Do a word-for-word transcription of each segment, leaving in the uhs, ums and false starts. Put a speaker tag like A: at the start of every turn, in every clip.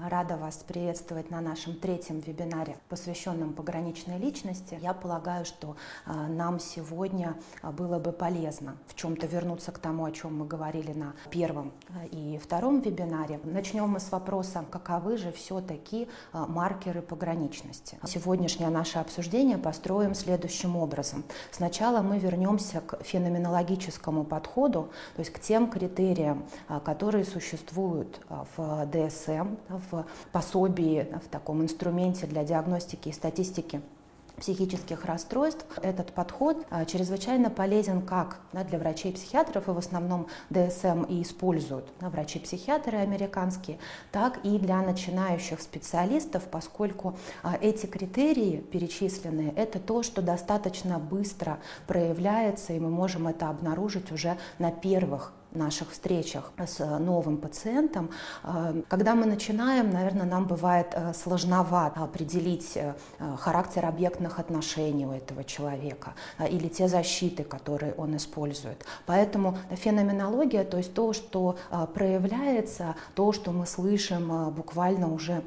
A: Рада вас приветствовать на нашем третьем вебинаре, посвященном пограничной личности. Я полагаю, что нам сегодня было бы полезно в чем-то вернуться к тому, о чем мы говорили на первом и втором вебинаре. Начнем мы с вопроса, каковы же все-таки маркеры пограничности. Сегодняшнее наше обсуждение построим следующим образом. Сначала мы вернемся к феноменологическому подходу, то есть к тем критериям, которые существуют в ди эс эм, в пособии, в таком инструменте для диагностики и статистики психических расстройств. Этот подход чрезвычайно полезен как да, для врачей-психиатров, и в основном ди эс эм и используют да, врачи-психиатры американские, так и для начинающих специалистов, поскольку эти критерии перечисленные, это то, что достаточно быстро проявляется, и мы можем это обнаружить уже на первых наших встречах с новым пациентом. Когда мы начинаем, наверное, нам бывает сложновато определить характер объектных отношений у этого человека или те защиты, которые он использует. Поэтому феноменология, то есть то, что проявляется, то, что мы слышим буквально уже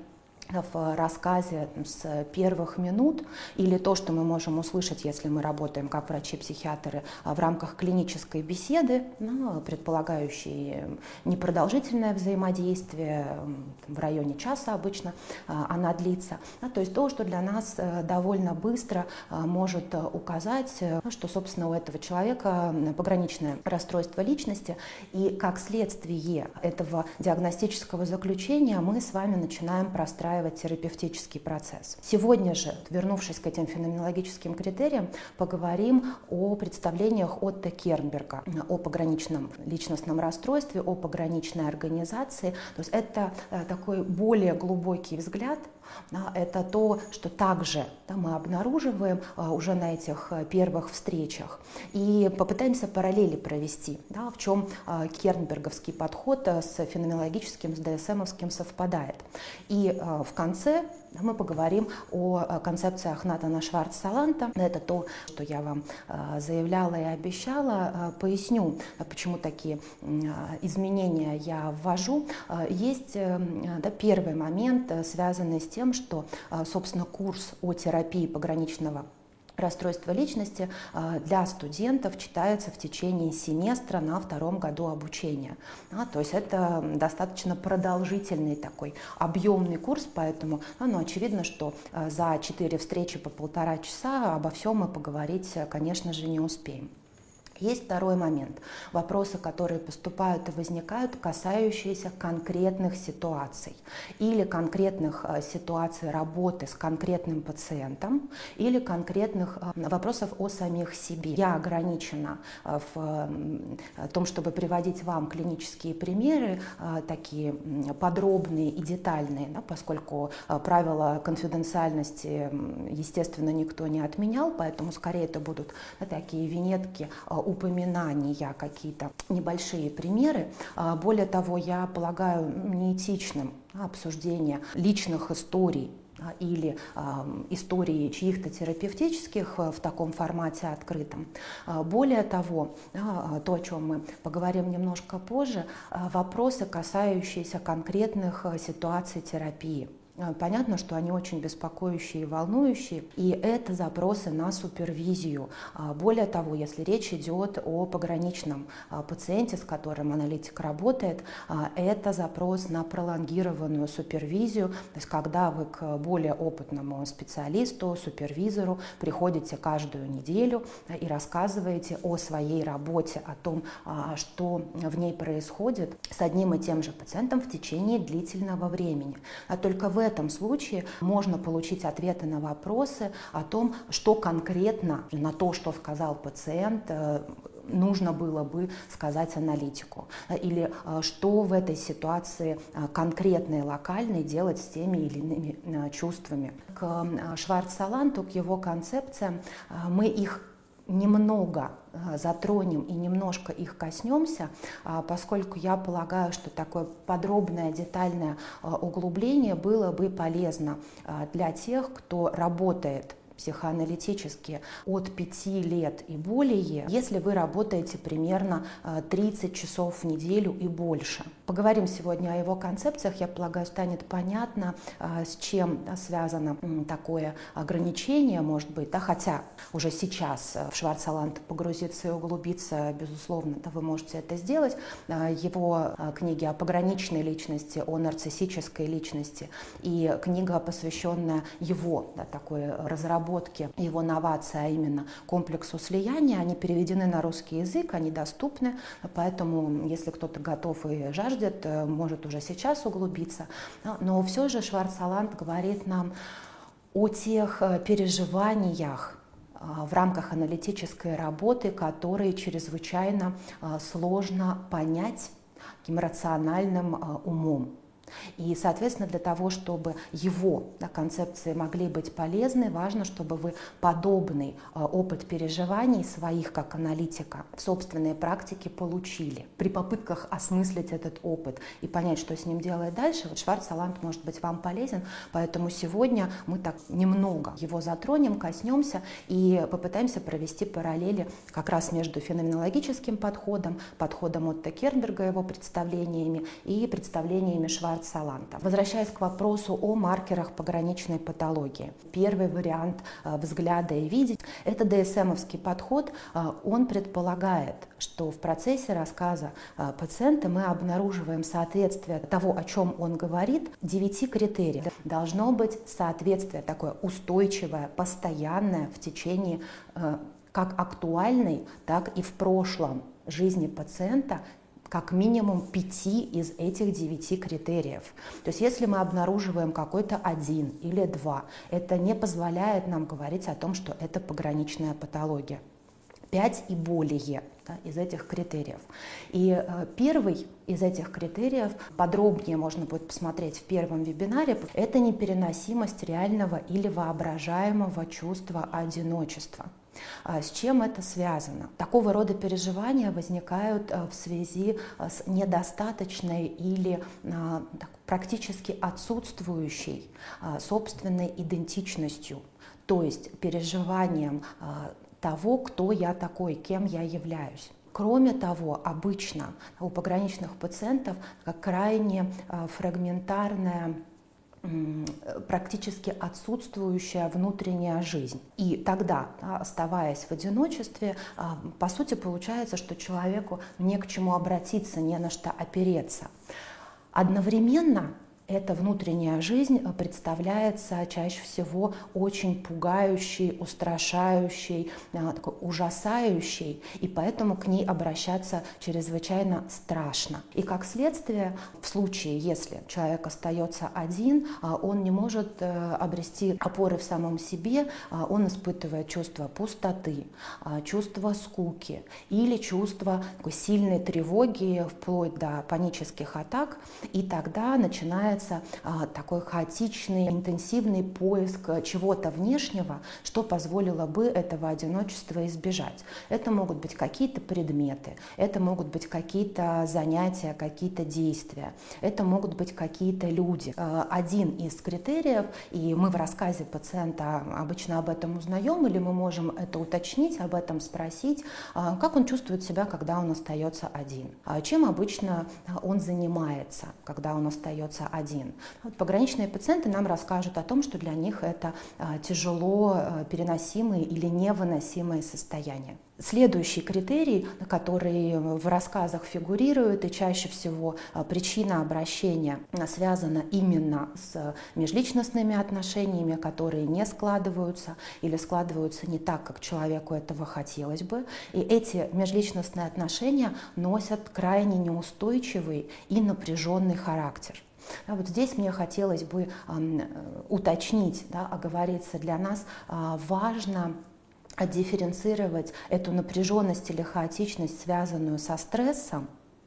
A: в рассказе с первых минут, или то, что мы можем услышать, если мы работаем как врачи-психиатры в рамках клинической беседы, ну, предполагающей непродолжительное взаимодействие, в районе часа обычно она длится. То есть то, что для нас довольно быстро может указать, что, собственно, у этого человека пограничное расстройство личности, и как следствие этого диагностического заключения мы с вами начинаем простраивать терапевтический процесс. Сегодня же, вернувшись к этим феноменологическим критериям, поговорим о представлениях Отто Кернберга, о пограничном личностном расстройстве, о пограничной организации. То есть это такой более глубокий взгляд. Это то, что также да, мы обнаруживаем а, уже на этих первых встречах. И попытаемся параллели провести, да, в чем а, кернберговский подход а, с феноменологическим, с ди эс эм-овским совпадает. И а, в конце мы поговорим о концепциях Натана Шварц-Саланта. Это то, что я вам заявляла и обещала. Поясню, почему такие изменения я ввожу. Есть да, первый момент, связанный с тем, что, собственно, курс о терапии пограничного расстройство личности для студентов читается в течение семестра на втором году обучения. А, то есть это достаточно продолжительный такой объемный курс, поэтому ну, очевидно, что за четыре встречи по полтора часа обо всем мы поговорить, конечно же, не успеем. Есть второй момент. Вопросы, которые поступают и возникают, касающиеся конкретных ситуаций или конкретных ситуаций работы с конкретным пациентом или конкретных вопросов о самих себе. Я ограничена в том, чтобы приводить вам клинические примеры, такие подробные и детальные, да, поскольку правила конфиденциальности, естественно, никто не отменял, поэтому скорее это будут да, такие виньетки, упоминания, какие-то небольшие примеры. Более того, я полагаю неэтичным обсуждение личных историй или э, истории чьих-то терапевтических в таком формате открытом. Более того, да, то, о чем мы поговорим немножко позже, вопросы, касающиеся конкретных ситуаций терапии. Понятно, что они очень беспокоящие и волнующие, и это запросы на супервизию. Более того, если речь идет о пограничном пациенте, с которым аналитик работает, это запрос на пролонгированную супервизию, то есть когда вы к более опытному специалисту, супервизору приходите каждую неделю и рассказываете о своей работе, о том, что в ней происходит с одним и тем же пациентом в течение длительного времени. А только в В этом случае можно получить ответы на вопросы о том, что конкретно на то, что сказал пациент, нужно было бы сказать аналитику, или что в этой ситуации конкретно и локально делать с теми или иными чувствами. К Шварц-Саланту, к его концепциям, мы их немного затронем и немножко их коснемся, поскольку я полагаю, что такое подробное, детальное углубление было бы полезно для тех, кто работает психоаналитические от пяти лет и более, если вы работаете примерно тридцать часов в неделю и больше. Поговорим сегодня о его концепциях. Я полагаю, станет понятно, с чем связано такое ограничение, может быть, да, хотя уже сейчас в Шварц-Саланд погрузиться и углубиться, безусловно, да, вы можете это сделать. Его книги о пограничной личности, о нарциссической личности и книга, посвященная его, да, такой разработке, его новации, а именно комплексу слияния, они переведены на русский язык, они доступны, поэтому, если кто-то готов и жаждет, может уже сейчас углубиться. Но все же Шварц-Саланд говорит нам о тех переживаниях в рамках аналитической работы, которые чрезвычайно сложно понять таким рациональным умом. И, соответственно, для того, чтобы его, да, концепции могли быть полезны, важно, чтобы вы подобный э, опыт переживаний своих как аналитика в собственной практике получили. При попытках осмыслить этот опыт и понять, что с ним делать дальше, вот Шварц-Саланд может быть вам полезен, поэтому сегодня мы так немного его затронем, коснемся и попытаемся провести параллели как раз между феноменологическим подходом, подходом Отто Кернберга, его представлениями и представлениями Шварц-Саланда. Возвращаясь к вопросу о маркерах пограничной патологии. Первый вариант взгляда и видеть – это дэ эс эм-овский подход. Он предполагает, что в процессе рассказа пациента мы обнаруживаем соответствие того, о чем он говорит, девяти критериев. Должно быть соответствие такое устойчивое, постоянное в течение как актуальной, так и в прошлом жизни пациента, как минимум пяти из этих девяти критериев. То есть если мы обнаруживаем какой-то один или два, это не позволяет нам говорить о том, что это пограничная патология. Пять и более, да, из этих критериев. И э, первый из этих критериев, подробнее можно будет посмотреть в первом вебинаре, это непереносимость реального или воображаемого чувства одиночества. С чем это связано? Такого рода переживания возникают в связи с недостаточной или практически отсутствующей собственной идентичностью, то есть переживанием того, кто я такой, кем я являюсь. Кроме того, обычно у пограничных пациентов крайне фрагментарная, практически отсутствующая внутренняя жизнь. И тогда, оставаясь в одиночестве, по сути получается, что человеку не к чему обратиться, не на что опереться. Одновременно эта внутренняя жизнь представляется чаще всего очень пугающей, устрашающей, такой ужасающей, и поэтому к ней обращаться чрезвычайно страшно. И как следствие, в случае, если человек остается один, он не может обрести опоры в самом себе, он испытывает чувство пустоты, чувство скуки или чувство такой сильной тревоги, вплоть до панических атак, и тогда начинается такой хаотичный, интенсивный поиск чего-то внешнего, что позволило бы этого одиночества избежать. Это могут быть какие-то предметы, это могут быть какие-то занятия, какие-то действия, это могут быть какие-то люди. Один из критериев, и мы в рассказе пациента обычно об этом узнаем, или мы можем это уточнить, об этом спросить, как он чувствует себя, когда он остается один, чем обычно он занимается, когда он остается один. Вот пограничные пациенты нам расскажут о том, что для них это а, тяжело а, переносимые или невыносимые состояния. Следующий критерий, который в рассказах фигурирует, и чаще всего причина обращения связана именно с межличностными отношениями, которые не складываются или складываются не так, как человеку этого хотелось бы. И эти межличностные отношения носят крайне неустойчивый и напряженный характер. А вот здесь мне хотелось бы э, уточнить, да, оговориться, для нас э, важно дифференцировать эту напряженность или хаотичность, связанную со стрессом,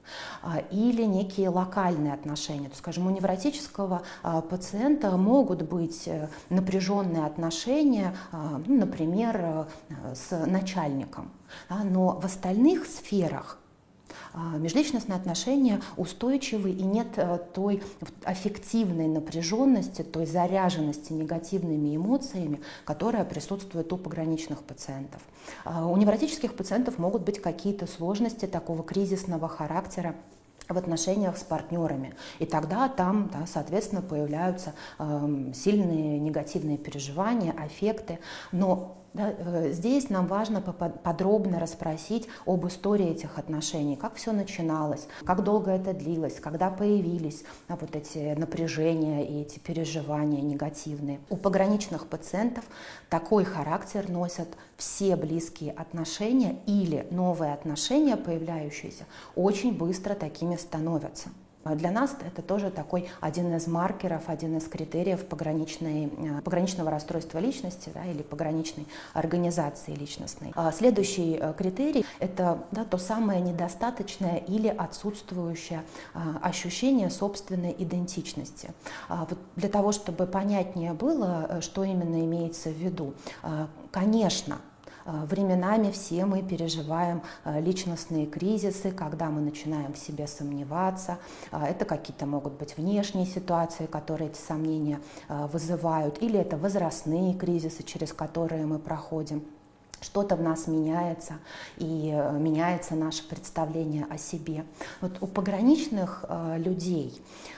A: или некие локальные отношения. То есть, скажем, у невротического пациента могут быть напряженные отношения, ну, например, с начальником, но в остальных сферах Межличностные отношения устойчивы и нет той аффективной напряженности, той заряженности негативными эмоциями, которая присутствует у пограничных пациентов. У невротических пациентов могут быть какие-то сложности такого кризисного характера в отношениях с партнерами. И тогда там, да, соответственно, появляются э, сильные негативные переживания, аффекты. Но да, здесь нам важно подробно расспросить об истории этих отношений, как все начиналось, как долго это длилось, когда появились да, вот эти напряжения и эти переживания негативные. У пограничных пациентов такой характер носят все близкие отношения или новые отношения, появляющиеся, очень быстро такими становятся. Для нас это тоже такой один из маркеров, один из критериев пограничной, пограничного расстройства личности, да, или пограничной организации личностной. Следующий критерий – это да, то самое недостаточное или отсутствующее ощущение собственной идентичности. Вот для того, чтобы понятнее было, что именно имеется в виду, конечно, временами все мы переживаем личностные кризисы, когда мы начинаем в себе сомневаться. Это какие-то могут быть внешние ситуации, которые эти сомнения вызывают, или это возрастные кризисы, через которые мы проходим. Что-то в нас меняется, и меняется наше представление о себе. Вот у пограничных людей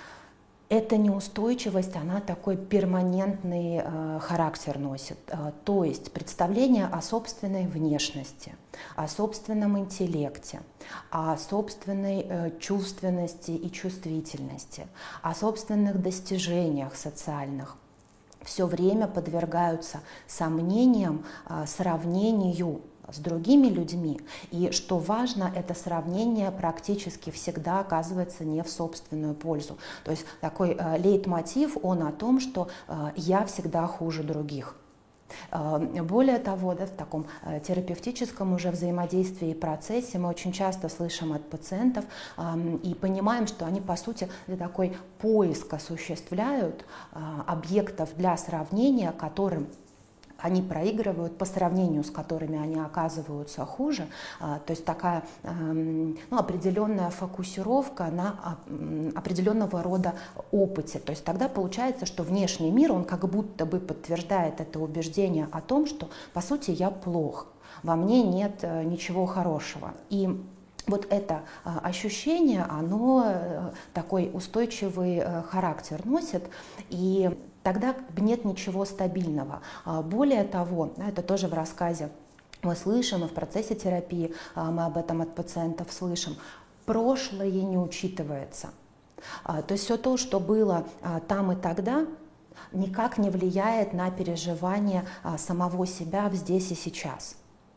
A: эта неустойчивость, она такой перманентный э, характер носит, э, то есть представление о собственной внешности, о собственном интеллекте, о собственной э, чувственности и чувствительности, о собственных достижениях социальных. Все время подвергаются сомнениям, э, сравнению с другими людьми. И что важно, это сравнение практически всегда оказывается не в собственную пользу. То есть такой э, лейтмотив, он о том, что э, я всегда хуже других. Э, более того, да, в таком э, терапевтическом уже взаимодействии и процессе мы очень часто слышим от пациентов э, и понимаем, что они, по сути, такой поиск осуществляют э, объектов для сравнения, которым они проигрывают, по сравнению с которыми они оказываются хуже. То есть такая ну, определенная фокусировка на определенного рода опыте. То есть тогда получается, что внешний мир, он как будто бы подтверждает это убеждение о том, что, по сути, я плох, во мне нет ничего хорошего. И вот это ощущение, оно такой устойчивый характер носит, и тогда нет ничего стабильного. Более того, это тоже в рассказе мы слышим, и в процессе терапии мы об этом от пациентов слышим, прошлое не учитывается. То есть все то, что было там и тогда, никак не влияет на переживание самого себя здесь и сейчас.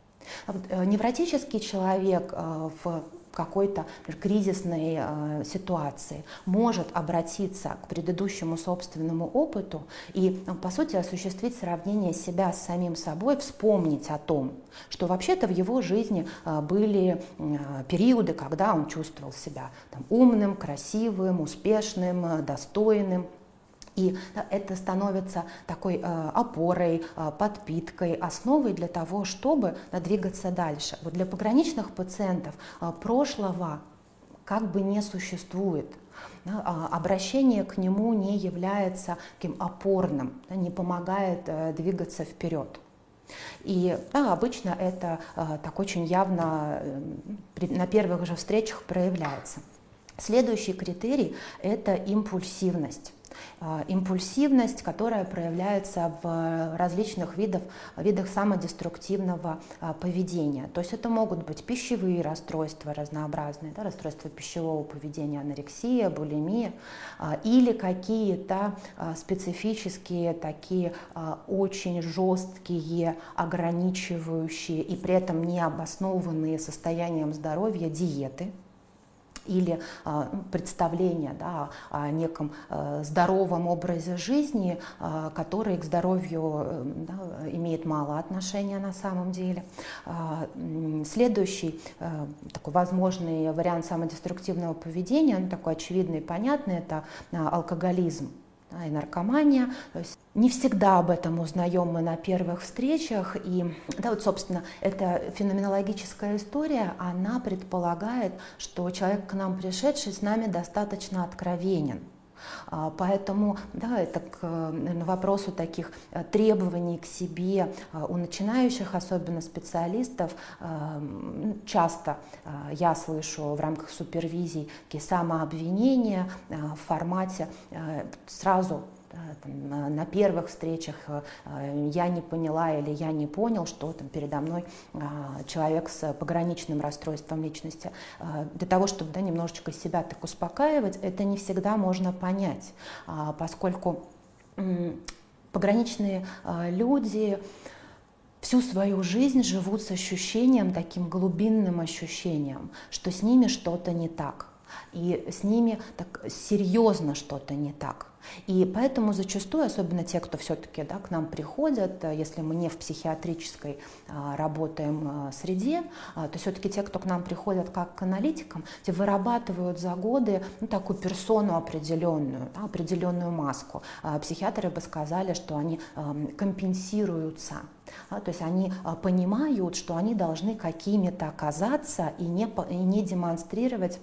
A: Невротический человек в какой-то кризисной э, ситуации может обратиться к предыдущему собственному опыту и, по сути, осуществить сравнение себя с самим собой, вспомнить о том, что вообще-то в его жизни э, были э, периоды, когда он чувствовал себя там, умным, красивым, успешным, э, достойным. И это становится такой э, опорой, э, подпиткой, основой для того, чтобы да, двигаться дальше. Вот для пограничных пациентов э, прошлого как бы не существует. Да, э, обращение к нему не является таким опорным, да, не помогает э, двигаться вперед. И да, обычно это э, так очень явно э, при, на первых же встречах проявляется. Следующий критерий – это импульсивность. Импульсивность, которая проявляется в различных видах, видах самодеструктивного поведения. То есть это могут быть пищевые расстройства разнообразные, да, расстройства пищевого поведения, анорексия, булимия, или какие-то специфические, такие очень жесткие, ограничивающие и при этом не обоснованные состоянием здоровья диеты. Или э, представление да, о неком э, здоровом образе жизни, э, который к здоровью э, да, имеет мало отношения на самом деле. Э, следующий э, такой возможный вариант самодеструктивного поведения, он такой очевидный и понятный, это э, алкоголизм. И наркомания, то есть Не всегда об этом узнаем мы на первых встречах, и, да, вот, собственно, эта феноменологическая история, она предполагает, что человек, к нам пришедший, с нами достаточно откровенен. Поэтому, да, это к наверное, вопросу таких требований к себе у начинающих, особенно специалистов, часто я слышу в рамках супервизий такие самообвинения в формате сразу. Там, на первых встречах я не поняла или я не понял, что там передо мной человек с пограничным расстройством личности. Для того, чтобы, да, немножечко себя так успокаивать, это не всегда можно понять, поскольку пограничные люди всю свою жизнь живут с ощущением, таким глубинным ощущением, что с ними что-то не так. И с ними так серьезно что-то не так. И поэтому зачастую, особенно те, кто все-таки, да, к нам приходят, если мы не в психиатрической а, работаем а, среде, а, то все-таки те, кто к нам приходят как к аналитикам, те вырабатывают за годы, ну, такую персону определенную, да, определенную маску. А, психиатры бы сказали, что они а, компенсируются. А, то есть они а, понимают, что они должны какими-то оказаться и не, и не демонстрировать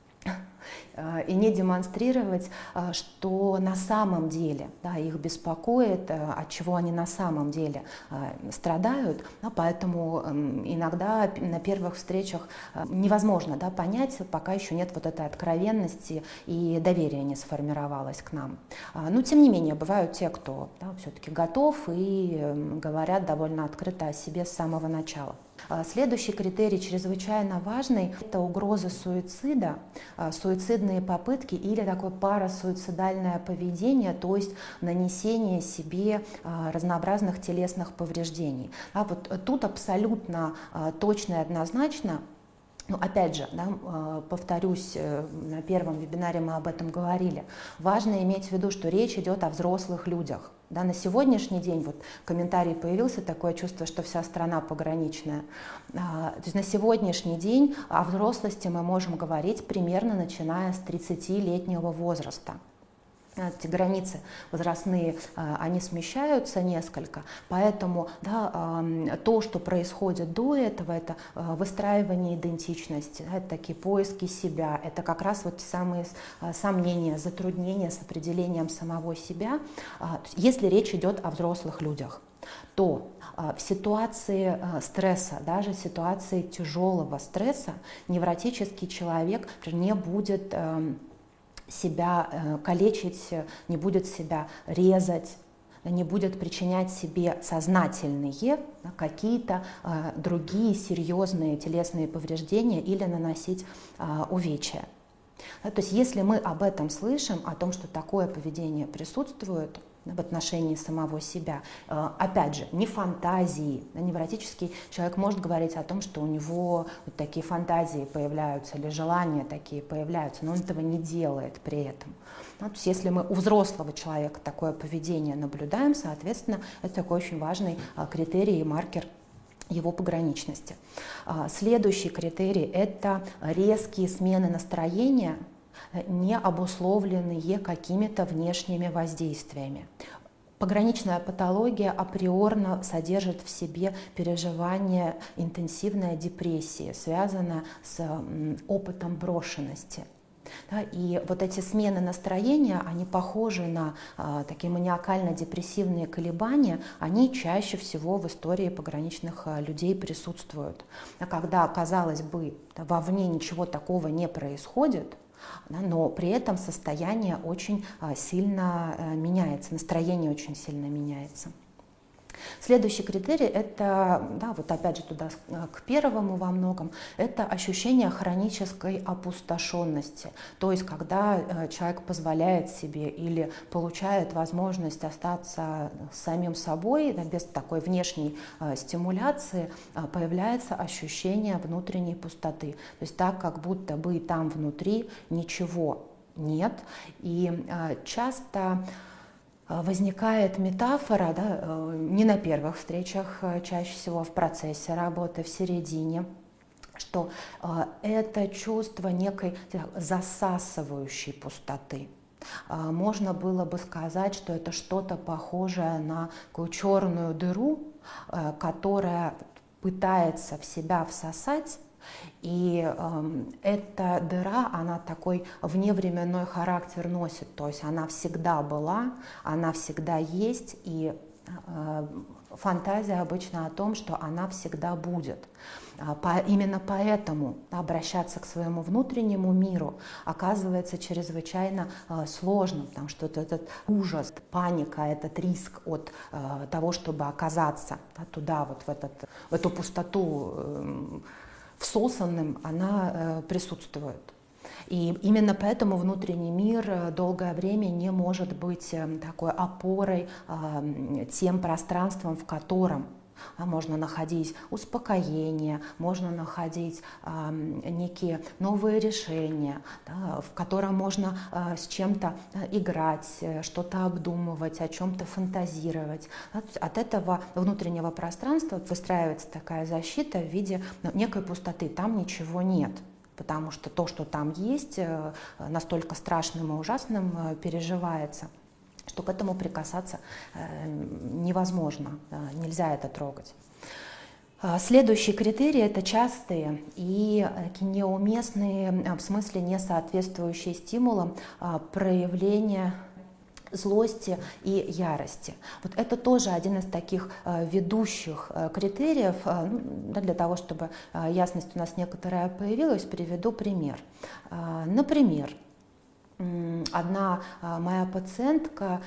A: и не демонстрировать, что на самом деле, да, их беспокоит, от чего они на самом деле страдают. Поэтому иногда на первых встречах невозможно, да, понять, пока еще нет вот этой откровенности и доверия не сформировалось к нам. Но тем не менее, бывают те, кто, да, все-таки готов и говорят довольно открыто о себе с самого начала. Следующий критерий, чрезвычайно важный, это угроза суицида, суицидные попытки или такое парасуицидальное поведение, то есть нанесение себе разнообразных телесных повреждений. А вот тут абсолютно точно и однозначно. Ну, опять же, да, повторюсь, на первом вебинаре мы об этом говорили. Важно иметь в виду, что речь идет о взрослых людях. Да, на сегодняшний день, вот комментарий появился, такое чувство, что вся страна пограничная. А, то есть на сегодняшний день о взрослости мы можем говорить примерно начиная с тридцатилетнего возраста. Эти границы возрастные, они смещаются несколько, поэтому, да, то, что происходит до этого, это выстраивание идентичности, да, это такие поиски себя, это как раз вот те самые сомнения, затруднения с определением самого себя. Если речь идет о взрослых людях, то в ситуации стресса, даже в ситуации тяжелого стресса, невротический человек не будет себя э, калечить, не будет себя резать, не будет причинять себе сознательные, да, какие-то э, другие серьезные телесные повреждения или наносить э, увечья. Да, то есть если мы об этом слышим, о том, что такое поведение присутствует в отношении самого себя, э, опять же, не фантазии. Невротический человек может говорить о том, что у него вот такие фантазии появляются или желания такие появляются, но он этого не делает при этом. Ну, то есть если мы у взрослого человека такое поведение наблюдаем, соответственно, это такой очень важный э, критерий и маркер его пограничности. Э, следующий критерий – это резкие смены настроения, не обусловленные какими-то внешними воздействиями. Пограничная патология априорно содержит в себе переживание интенсивной депрессии, связанное с опытом брошенности. Да, и вот эти смены настроения, они похожи на а, такие маниакально-депрессивные колебания, они чаще всего в истории пограничных а, людей присутствуют. А когда, казалось бы, да, вовне ничего такого не происходит, но при этом состояние очень сильно меняется, настроение очень сильно меняется. Следующий критерий – это, да, вот опять же туда к первому во многом, это ощущение хронической опустошенности. То есть когда человек позволяет себе или получает возможность остаться самим собой, да, без такой внешней э, стимуляции, э, появляется ощущение внутренней пустоты. То есть так, как будто бы там внутри ничего нет. И э, часто возникает метафора, да, не на первых встречах, чаще всего в процессе работы, в середине, что это чувство некой засасывающей пустоты. можно было бы сказать, что это что-то похожее на такую черную дыру, которая пытается в себя всосать. И э, эта дыра, она такой вневременной характер носит, то есть она всегда была, она всегда есть, и э, фантазия обычно о том, что она всегда будет. По, именно поэтому обращаться к своему внутреннему миру оказывается чрезвычайно э, сложным, потому что вот этот ужас, паника, этот риск от э, того, чтобы оказаться да, туда, вот в, этот, в эту пустоту э, всосанным, она э, присутствует. И именно поэтому внутренний мир долгое время не может быть такой опорой э, тем пространством, в котором можно находить успокоение, можно находить э, некие новые решения, да, в котором можно э, с чем-то играть, что-то обдумывать, о чем-то фантазировать. От этого внутреннего пространства выстраивается такая защита в виде некой пустоты, там ничего нет. Потому что то, что там есть, настолько страшным и ужасным переживается, что к этому прикасаться невозможно, нельзя это трогать. Следующий критерий – это частые и неуместные, в смысле не соответствующие стимулам, проявления злости и ярости. Вот это тоже один из таких э, ведущих э, критериев. Э, да, для того, чтобы э, ясность у нас некоторая появилась, приведу пример. Э, например, э, одна э, моя пациентка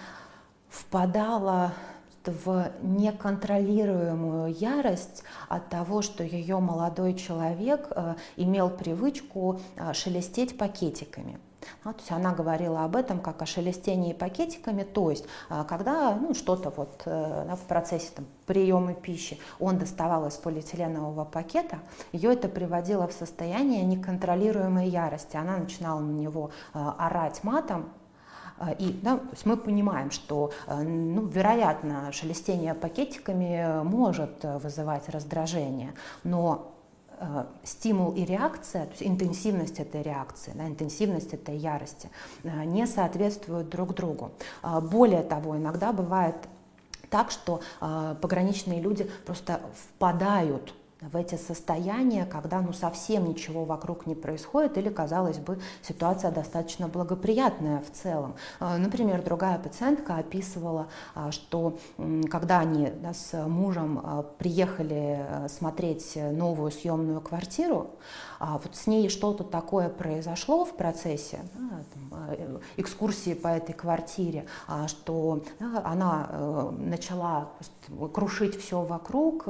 A: впадала в неконтролируемую ярость от того, что ее молодой человек э, имел привычку э, шелестеть пакетиками. Ну, то есть она говорила об этом как о шелестении пакетиками, то есть когда ну, что-то вот, в процессе там, приема пищи он доставал из полиэтиленового пакета, ее это приводило в состояние неконтролируемой ярости. Она начинала на него орать матом. И да, то есть мы понимаем, что, ну, вероятно, шелестение пакетиками может вызывать раздражение, но стимул и реакция, то есть интенсивность этой реакции, да, интенсивность этой ярости не соответствуют друг другу. Более того, иногда бывает так, что пограничные люди просто впадают в эти состояния, когда ну, совсем ничего вокруг не происходит или, казалось бы, ситуация достаточно благоприятная в целом. Например, другая пациентка описывала, что когда они да, с мужем приехали смотреть новую съемную квартиру, вот с ней что-то такое произошло в процессе да, там, экскурсии по этой квартире, что да, она начала крушить все вокруг,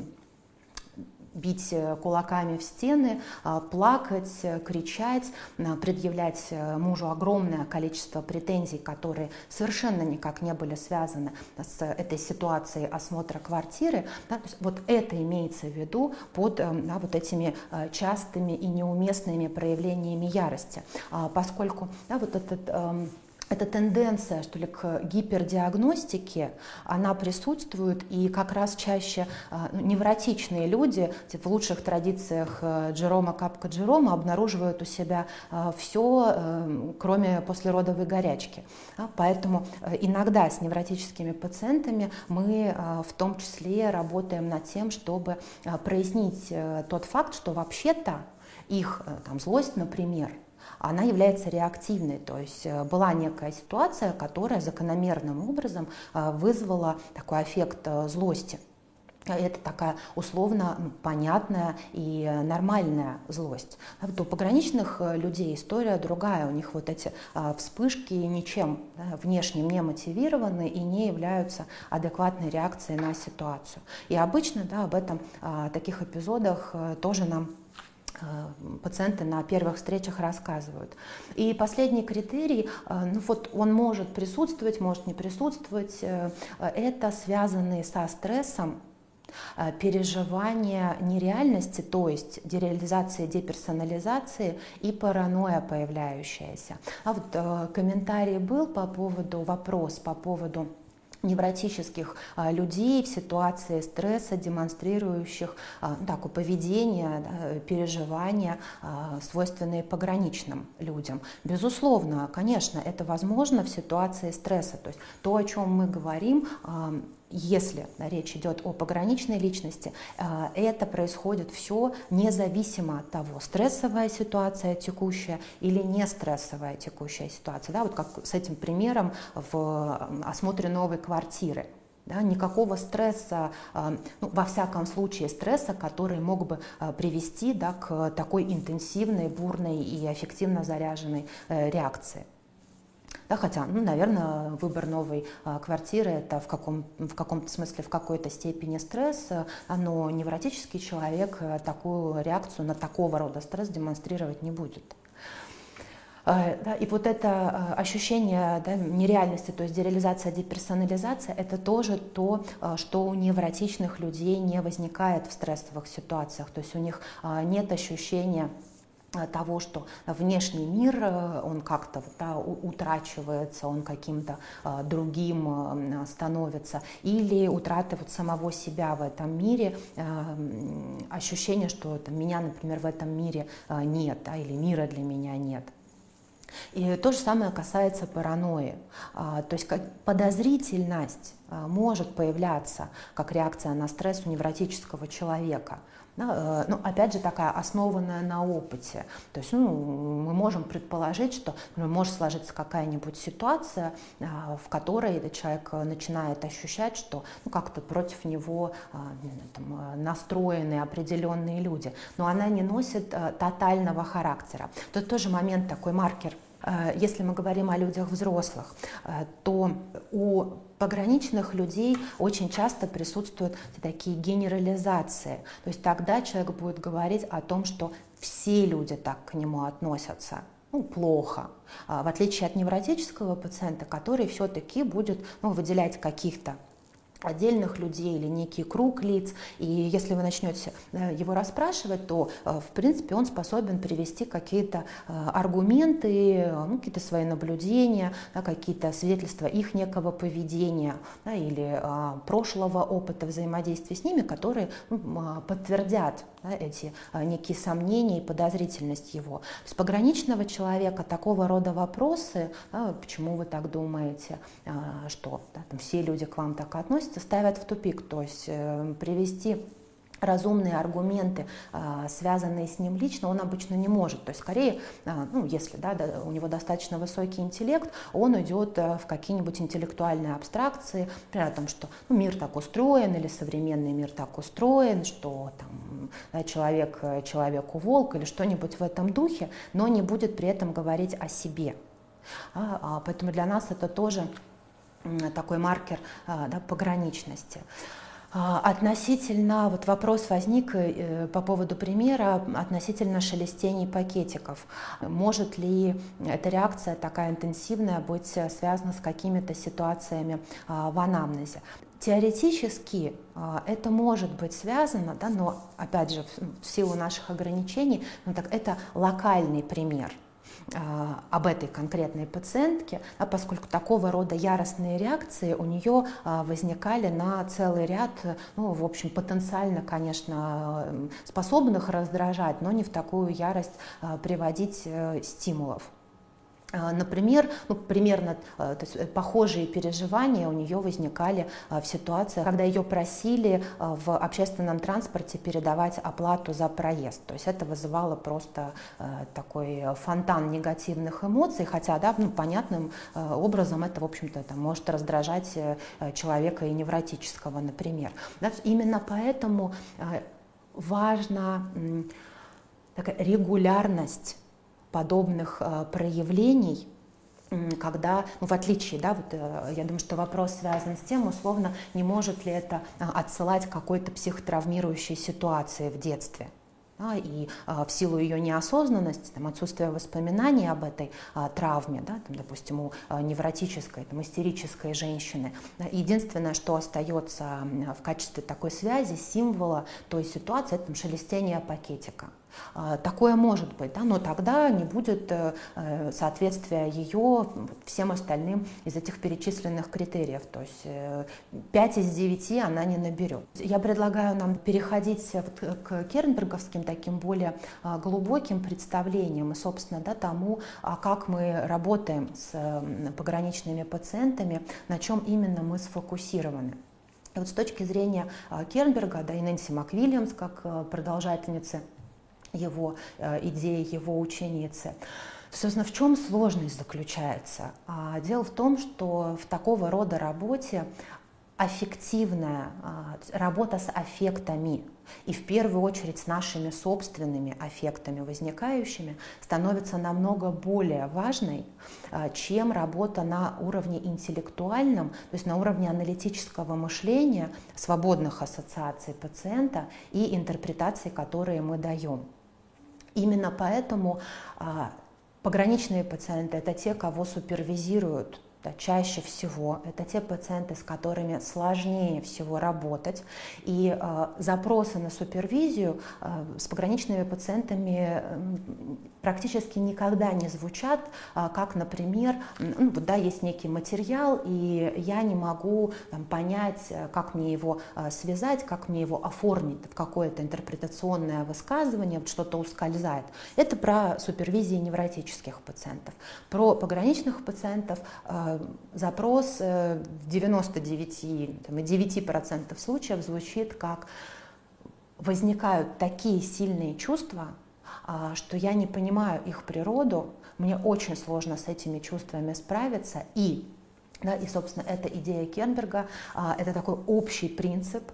A: бить кулаками в стены, плакать, кричать, предъявлять мужу огромное количество претензий, которые совершенно никак не были связаны с этой ситуацией осмотра квартиры. Да, то есть вот это имеется в виду под да, вот этими частыми и неуместными проявлениями ярости, поскольку да, вот этот эта тенденция, что ли, к гипердиагностике, она присутствует, и как раз чаще ну, невротичные люди в лучших традициях Джерома Капка Джерома обнаруживают у себя все, кроме послеродовой горячки. Поэтому иногда с невротическими пациентами мы в том числе работаем над тем, чтобы прояснить тот факт, что вообще-то их там, злость, например, она является реактивной, то есть была некая ситуация, которая закономерным образом вызвала такой эффект злости. Это такая условно понятная и нормальная злость. Вот у пограничных людей история другая, у них вот эти вспышки ничем внешним не мотивированы и не являются адекватной реакцией на ситуацию. И обычно да, об этом, о таких эпизодах тоже нам пациенты на первых встречах рассказывают. И последний критерий, ну вот он может присутствовать, может не присутствовать, это связанные со стрессом переживания нереальности, то есть дереализации, деперсонализации и паранойя появляющаяся. А вот комментарий был по поводу, вопрос по поводу невротических а, людей в ситуации стресса, демонстрирующих а, ну, такое поведение, да, переживания, а, свойственные пограничным людям. Безусловно, конечно, это возможно в ситуации стресса. То есть то, о чем мы говорим, а, если да, речь идет о пограничной личности, это происходит все независимо от того, стрессовая ситуация текущая или не стрессовая текущая ситуация. Да, вот как с этим примером в осмотре новой квартиры. Да, никакого стресса, ну, во всяком случае стресса, который мог бы привести да, к такой интенсивной, бурной и эффективно заряженной реакции. Да, хотя, ну, наверное, выбор новой а, квартиры – это в, каком, в каком-то смысле, в какой-то степени стресс, но невротический человек такую реакцию на такого рода стресс демонстрировать не будет. А, да, и вот это ощущение да, нереальности, то есть дереализация, деперсонализация – это тоже то, что у невротичных людей не возникает в стрессовых ситуациях, то есть у них а, нет ощущения того, что внешний мир, он как-то да, утрачивается, он каким-то а, другим а, становится, или утрата вот самого себя в этом мире, а, ощущение, что там, меня, например, в этом мире а, нет, да, или мира для меня нет. И то же самое касается паранойи. А, то есть как подозрительность а, может появляться как реакция на стресс у невротического человека. Да, ну, опять же, такая основанная на опыте. То есть ну, мы можем предположить, что ну, может сложиться какая-нибудь ситуация, в которой человек начинает ощущать, что ну, как-то против него там, настроены определенные люди, но она не носит тотального характера. Тут тоже момент, такой маркер. Если мы говорим о людях взрослых, то у пограничных людей очень часто присутствуют такие генерализации. То есть тогда человек будет говорить о том, что все люди так к нему относятся. Ну, плохо. В отличие от невротического пациента, который все-таки будет ну, выделять каких-то отдельных людей или некий круг лиц, и если вы начнете его расспрашивать, то, в принципе, он способен привести какие-то аргументы, ну, какие-то свои наблюдения, да, какие-то свидетельства их некого поведения да, или а, прошлого опыта взаимодействия с ними, которые ну, подтвердят да, эти а, некие сомнения и подозрительность его. С пограничного человека такого рода вопросы, да, почему вы так думаете, а, что да, там все люди к вам так относятся, ставят в тупик, то есть э, привести разумные аргументы, э, связанные с ним лично, он обычно не может. То есть скорее, э, ну, если да, да, у него достаточно высокий интеллект, он идет э, в какие-нибудь интеллектуальные абстракции, например, о том, что ну, мир так устроен, или современный мир так устроен, что там, да, человек человеку волк, или что-нибудь в этом духе, но не будет при этом говорить о себе. А, а, поэтому для нас это тоже такой маркер да, пограничности. Относительно, вот вопрос возник по поводу примера, относительно шелестений пакетиков. Может ли эта реакция такая интенсивная быть связана с какими-то ситуациями в анамнезе? Теоретически это может быть связано, да, но опять же в силу наших ограничений, ну, так, это локальный пример об этой конкретной пациентке, а поскольку такого рода яростные реакции у нее возникали на целый ряд, ну, в общем, потенциально, конечно, способных раздражать, но не в такую ярость приводить стимулов. Например, ну, примерно то есть, похожие переживания у нее возникали в ситуациях, когда ее просили в общественном транспорте передавать оплату за проезд. То есть это вызывало просто такой фонтан негативных эмоций, хотя да, ну, понятным образом это, в общем-то, это может раздражать человека и невротического, например. Да, именно поэтому важна такая регулярность подобных э, проявлений, когда, ну, в отличие, да, вот, э, я думаю, что вопрос связан с тем, условно, не может ли это э, отсылать к какой-то психотравмирующей ситуации в детстве. Да, и э, в силу ее неосознанности, там, отсутствия воспоминаний об этой э, травме, да, там, допустим, у э, невротической, там, истерической женщины, да, единственное, что остается в качестве такой связи, символа той ситуации, это там, шелестение пакетика. Такое может быть, да, но тогда не будет соответствия ее всем остальным из этих перечисленных критериев. То есть пять из девяти она не наберет. Я предлагаю нам переходить к кернберговским таким более глубоким представлениям и, собственно, да, тому, как мы работаем с пограничными пациентами, на чем именно мы сфокусированы. И вот с точки зрения Кернберга, да, и Нэнси МакВильямс, как продолжательницы его идеи, его ученицы. Собственно, в чем сложность заключается? Дело в том, что в такого рода работе аффективная работа с аффектами и в первую очередь с нашими собственными аффектами возникающими становится намного более важной, чем работа на уровне интеллектуальном, то есть на уровне аналитического мышления, свободных ассоциаций пациента и интерпретаций, которые мы даем. Именно поэтому а, пограничные пациенты – это те, кого супервизируют. Да, чаще всего это те пациенты, с которыми сложнее всего работать. И э, запросы на супервизию э, с пограничными пациентами э, практически никогда не звучат, э, как, например, ну, да, есть некий материал, и я не могу там, понять, как мне его э, связать, как мне его оформить в какое-то интерпретационное высказывание, вот что-то ускользает. Это про супервизии невротических пациентов. Про пограничных пациентов э, запрос в девяноста девяти процентах случаев звучит как: возникают такие сильные чувства, что я не понимаю их природу, мне очень сложно с этими чувствами справиться. И, да, и собственно, эта идея Кернберга, это такой общий принцип.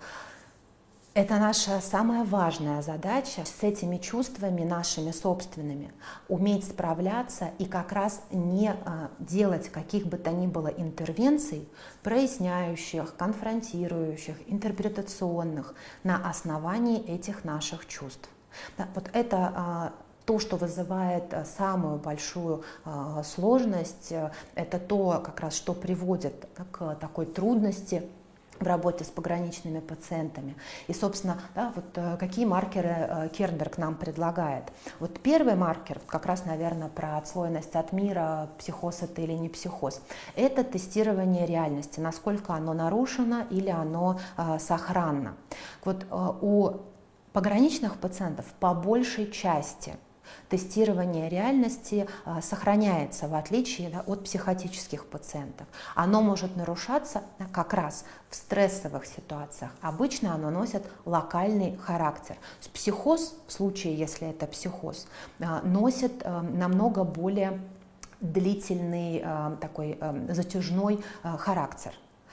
A: Это наша самая важная задача с этими чувствами нашими собственными, уметь справляться и как раз не а, делать каких бы то ни было интервенций, проясняющих, конфронтирующих, интерпретационных на основании этих наших чувств. Да, вот это а, то, что вызывает самую большую а, сложность, это то, как раз, что приводит да, к такой трудности в работе с пограничными пациентами. И, собственно, да, вот, какие маркеры Кернберг нам предлагает. Вот первый маркер, как раз, наверное, про отслоенность от мира, психоз это или не психоз, это тестирование реальности, насколько оно нарушено или оно э, сохранно. Вот э, у пограничных пациентов по большей части тестирование реальности а, сохраняется, в отличие да, от психотических пациентов. Оно может нарушаться да, как раз в стрессовых ситуациях. Обычно оно носит локальный характер. Психоз, в случае, если это психоз, а, носит а, намного более длительный, а, такой а, затяжной а, характер.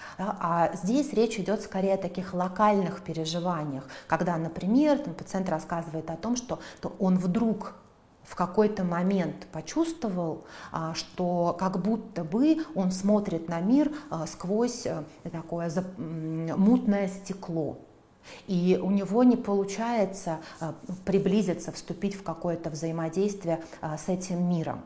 A: А здесь речь идет скорее о таких локальных переживаниях, когда, например, там, пациент рассказывает о том, что он вдруг в какой-то момент почувствовал, что как будто бы он смотрит на мир сквозь такое мутное стекло. И у него не получается приблизиться, вступить в какое-то взаимодействие с этим миром.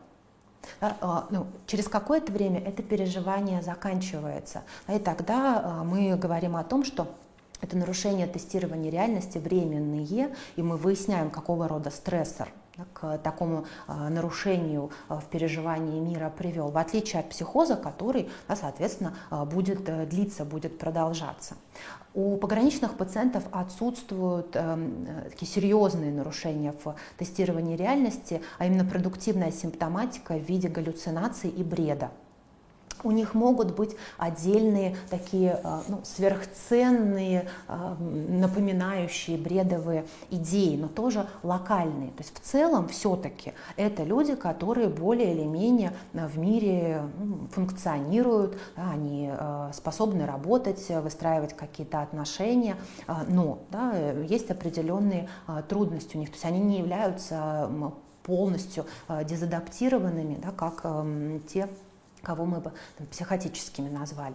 A: Да, ну, через какое-то время это переживание заканчивается, и тогда мы говорим о том, что это нарушение тестирования реальности временные, и мы выясняем, какого рода стрессор к такому нарушению в переживании мира привел, в отличие от психоза, который, соответственно, будет длиться, будет продолжаться. У пограничных пациентов отсутствуют э, такие серьезные нарушения в тестировании реальности, а именно продуктивная симптоматика в виде галлюцинаций и бреда. У них могут быть отдельные такие ну, сверхценные, напоминающие бредовые идеи, но тоже локальные. То есть в целом все-таки это люди, которые более или менее в мире функционируют, да, они способны работать, выстраивать какие-то отношения, но да, есть определенные трудности у них. То есть они не являются полностью дезадаптированными, да, как те, кого мы бы там, психотическими назвали.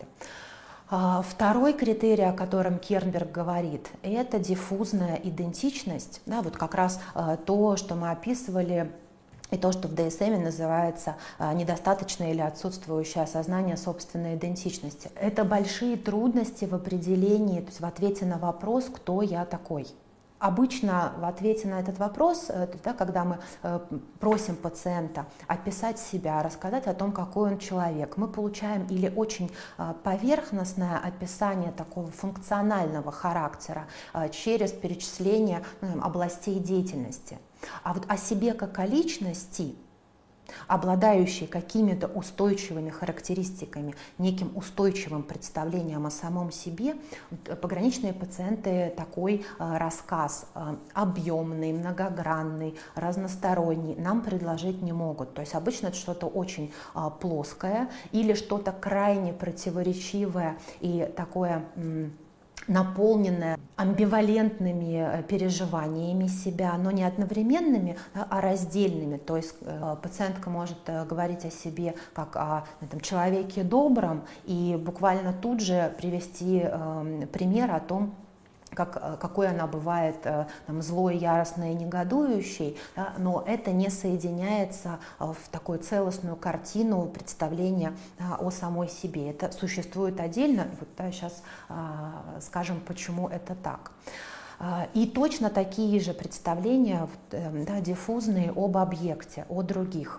A: Второй критерий, о котором Кернберг говорит, это диффузная идентичность, да, вот как раз то, что мы описывали, и то, что в ди эс эм называется недостаточное или отсутствующее осознание собственной идентичности. Это большие трудности в определении, то есть в ответе на вопрос, кто я такой. Обычно в ответе на этот вопрос, да, когда мы просим пациента описать себя, рассказать о том, какой он человек, мы получаем или очень поверхностное описание такого функционального характера через перечисление, ну, областей деятельности. А вот о себе как о личности, обладающий какими-то устойчивыми характеристиками, неким устойчивым представлением о самом себе, пограничные пациенты такой рассказ объемный, многогранный, разносторонний нам предложить не могут. То есть обычно это что-то очень плоское или что-то крайне противоречивое и такое наполненная амбивалентными переживаниями себя, но не одновременными, а раздельными. То есть пациентка может говорить о себе как о там, человеке добром и буквально тут же привести пример о том, Как, какой она бывает там, злой, яростной и негодующей, да, но это не соединяется в такую целостную картину представления да, о самой себе. Это существует отдельно. Вот, да, сейчас а, скажем, почему это так. И точно такие же представления да, диффузные об объекте, о других.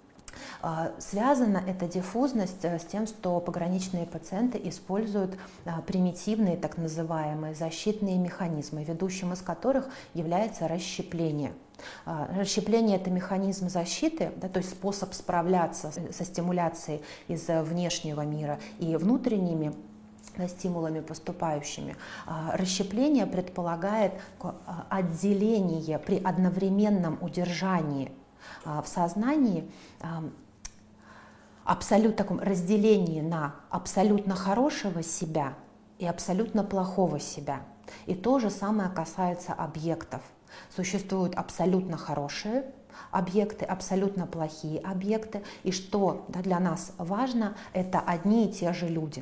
A: Связана эта диффузность с тем, что пограничные пациенты используют примитивные так называемые защитные механизмы, ведущим из которых является расщепление. Расщепление – это механизм защиты, да, то есть способ справляться со стимуляцией из внешнего мира и внутренними стимулами поступающими. Расщепление предполагает отделение при одновременном удержании в сознании, абсолютно таком разделении на абсолютно хорошего себя и абсолютно плохого себя. И то же самое касается объектов. Существуют абсолютно хорошие объекты, абсолютно плохие объекты. И что да, для нас важно, это одни и те же люди.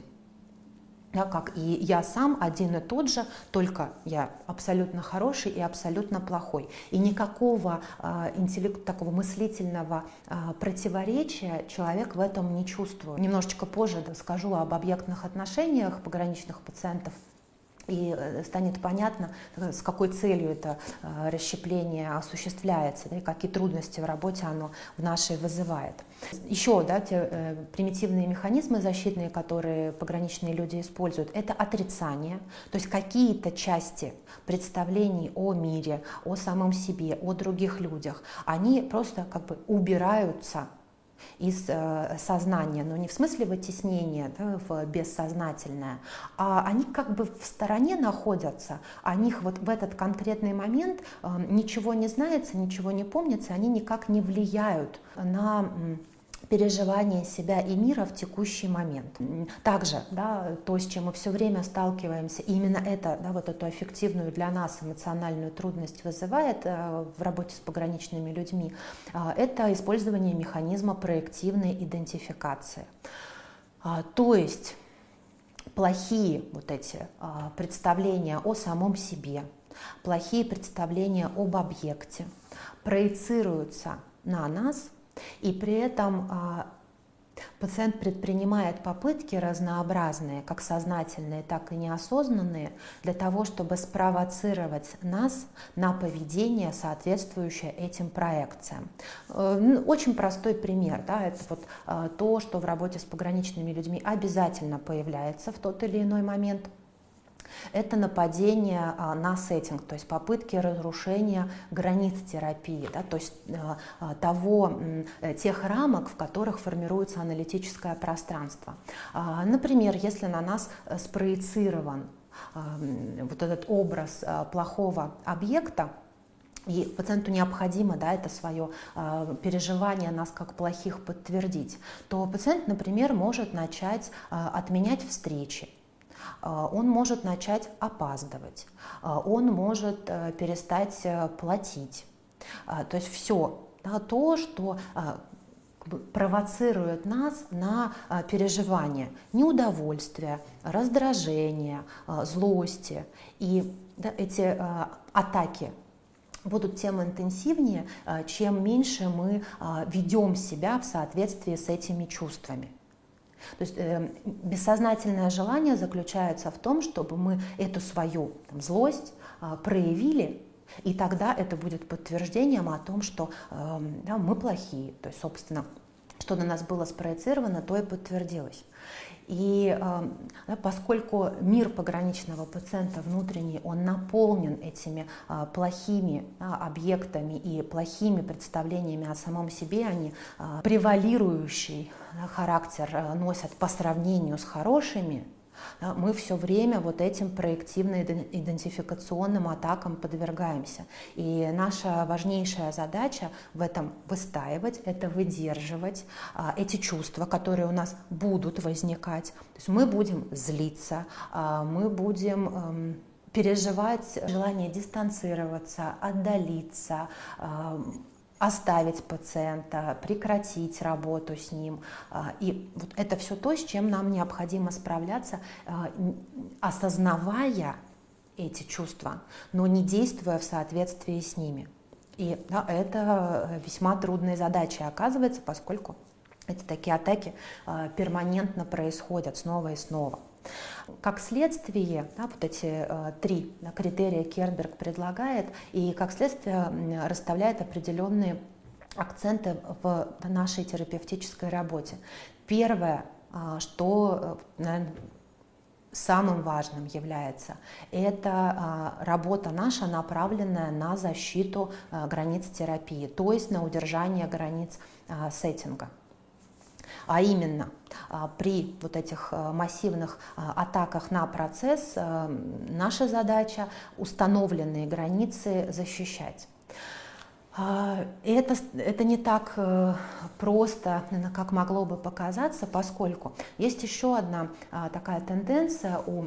A: Да, как и я сам один и тот же, только я абсолютно хороший и абсолютно плохой. И никакого э, интеллект, такого мыслительного э, противоречия человек в этом не чувствует. Немножечко позже да, скажу об объектных отношениях пограничных пациентов. И станет понятно, с какой целью это расщепление осуществляется, да, и какие трудности в работе оно в нашей вызывает. Еще да, те э, примитивные механизмы защитные, которые пограничные люди используют, это отрицание, то есть какие-то части представлений о мире, о самом себе, о других людях, они просто как бы убираются из э, сознания, но не в смысле вытеснения да, в бессознательное, а они как бы в стороне находятся, о них вот в этот конкретный момент э, ничего не знается, ничего не помнится, они никак не влияют на переживание себя и мира в текущий момент. Также, да, то, с чем мы все время сталкиваемся, и именно это, да, вот эту аффективную для нас эмоциональную трудность вызывает э, в работе с пограничными людьми, э, это использование механизма проективной идентификации. А, то есть плохие вот эти а, представления о самом себе, плохие представления об объекте проецируются на нас, и при этом а, пациент предпринимает попытки разнообразные, как сознательные, так и неосознанные, для того, чтобы спровоцировать нас на поведение, соответствующее этим проекциям. Очень простой пример, да, это вот а, то, что в работе с пограничными людьми обязательно появляется в тот или иной момент. Это нападение а, на сеттинг, то есть попытки разрушения границ терапии, да, то есть а, того, тех рамок, в которых формируется аналитическое пространство. А, например, если на нас спроецирован а, вот этот образ а, плохого объекта, и пациенту необходимо да, это свое э, переживание нас как плохих подтвердить, то пациент, например, может начать э, отменять встречи. Он может начать опаздывать, он может перестать платить. То есть все да, то, что провоцирует нас на переживание неудовольствия, раздражения, злости. И да, эти атаки будут тем интенсивнее, чем меньше мы ведем себя в соответствии с этими чувствами. То есть э, бессознательное желание заключается в том, чтобы мы эту свою там, злость э, проявили, и тогда это будет подтверждением о том, что э, да, мы плохие. То есть, собственно, что на нас было спроецировано, то и подтвердилось. И э, да, поскольку мир пограничного пациента внутренний, он наполнен этими э, плохими да, объектами и плохими представлениями о самом себе, они э, превалирующий да, характер э, носят по сравнению с хорошими, да, мы все время вот этим проективно-идентификационным атакам подвергаемся. И наша важнейшая задача в этом выстаивать, это выдерживать а, эти чувства, которые у нас будут возникать. То есть мы будем злиться, а, мы будем эм, переживать желание дистанцироваться, отдалиться, а, оставить пациента, прекратить работу с ним. И вот это все то, с чем нам необходимо справляться, осознавая эти чувства, но не действуя в соответствии с ними. И да, это весьма трудная задача оказывается, поскольку эти такие атаки перманентно происходят снова и снова. Как следствие, да, вот эти э, три да, критерия Кернберг предлагает, и как следствие э, расставляет определенные акценты в нашей терапевтической работе. Первое, э, что, э, наверное, самым важным является, это э, работа наша, направленная на защиту э, границ терапии, то есть на удержание границ э, сеттинга. А именно, при вот этих массивных атаках на процесс наша задача установленные границы защищать. Это, это не так просто, как могло бы показаться, поскольку есть еще одна такая тенденция у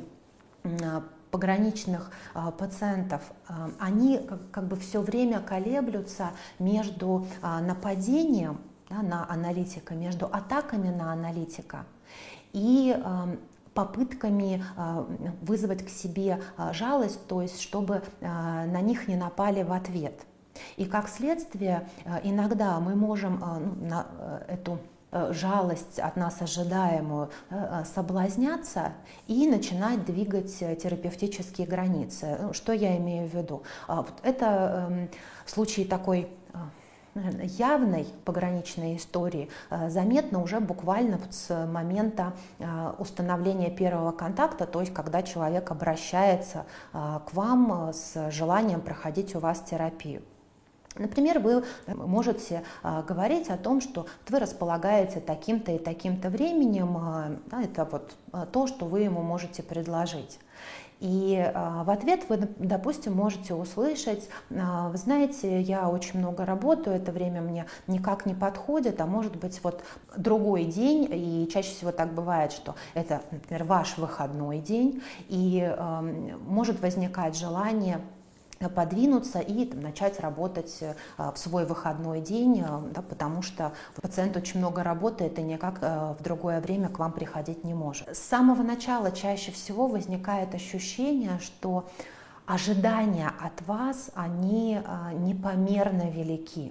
A: пограничных пациентов. Они как бы все время колеблются между нападением, да, на аналитика, между атаками на аналитика и э, попытками э, вызвать к себе э, жалость, то есть чтобы э, на них не напали в ответ. И как следствие э, иногда мы можем э, на э, эту э, жалость от нас ожидаемую э, соблазняться и начинать двигать терапевтические границы. Что я имею в виду? Э, вот это э, в случае такой явной пограничной истории заметно уже буквально с момента установления первого контакта, то есть когда человек обращается к вам с желанием проходить у вас терапию. Например, вы можете говорить о том, что вы располагаете таким-то и таким-то временем, да, это вот то, что вы ему можете предложить. И в ответ вы, допустим, можете услышать: вы знаете, я очень много работаю, это время мне никак не подходит, а может быть вот другой день, и чаще всего так бывает, что это, например, ваш выходной день, и э, может возникать желание подвинуться и там, начать работать а, в свой выходной день, а, да, потому что пациент очень много работает и никак а, в другое время к вам приходить не может. С самого начала чаще всего возникает ощущение, что ожидания от вас, они а, непомерно велики.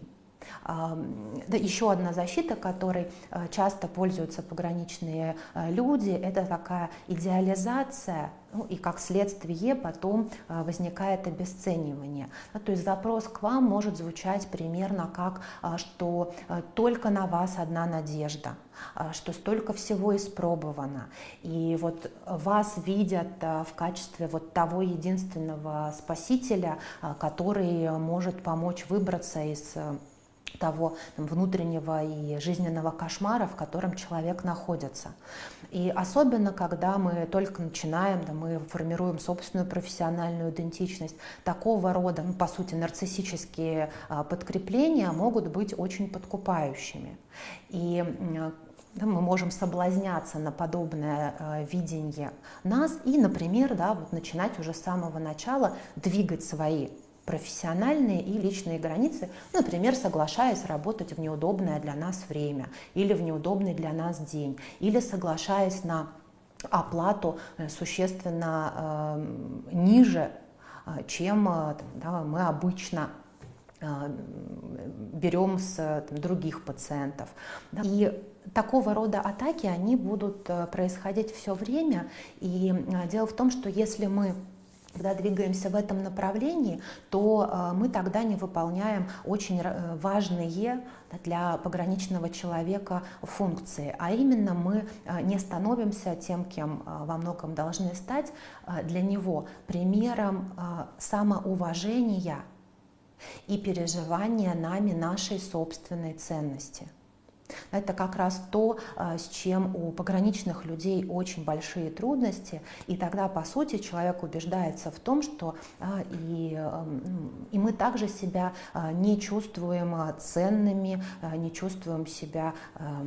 A: Да, еще одна защита, которой часто пользуются пограничные люди, это такая идеализация, ну, и как следствие потом возникает обесценивание. То есть запрос к вам может звучать примерно как, что только на вас одна надежда, что столько всего испробовано, и вот вас видят в качестве вот того единственного спасителя, который может помочь выбраться из того там, внутреннего и жизненного кошмара, в котором человек находится. И особенно, когда мы только начинаем, да, мы формируем собственную профессиональную идентичность, такого рода, ну, по сути, нарциссические а, подкрепления могут быть очень подкупающими. И да, мы можем соблазняться на подобное э, видение нас и, например, да, вот начинать уже с самого начала двигать свои профессиональные и личные границы, например, соглашаясь работать в неудобное для нас время или в неудобный для нас день, или соглашаясь на оплату существенно э, ниже, чем э, да, мы обычно берем с других пациентов. И такого рода атаки, они будут происходить все время. И дело в том, что если мы когда двигаемся в этом направлении, то мы тогда не выполняем очень важные для пограничного человека функции, а именно мы не становимся тем, кем во многом должны стать для него, примером самоуважения и переживания нами нашей собственной ценности. Это как раз то, с чем у пограничных людей очень большие трудности, и тогда, по сути, человек убеждается в том, что и, и мы также себя не чувствуем ценными, не чувствуем себя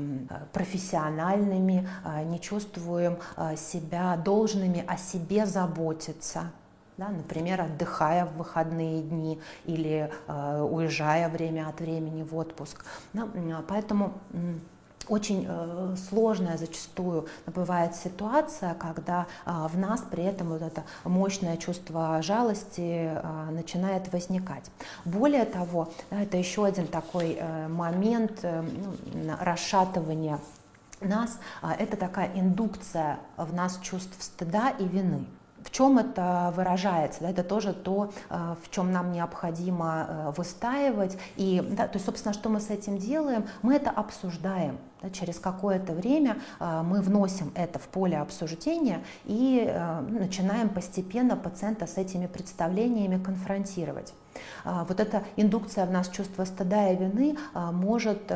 A: профессиональными, не чувствуем себя должными о себе заботиться. Да, например, отдыхая в выходные дни или э, уезжая время от времени в отпуск. Да, поэтому э, очень э, сложная зачастую бывает ситуация, когда э, в нас при этом вот это мощное чувство жалости э, начинает возникать. Более того, да, это еще один такой э, момент э, ну, расшатывания нас, э, это такая индукция в нас чувств стыда и вины. В чем это выражается? Да, это тоже то, в чем нам необходимо выстаивать. И, да, то есть, собственно, что мы с этим делаем? Мы это обсуждаем. Да, через какое-то время мы вносим это в поле обсуждения и начинаем постепенно пациента с этими представлениями конфронтировать. Вот эта индукция в нас чувства стыда и вины может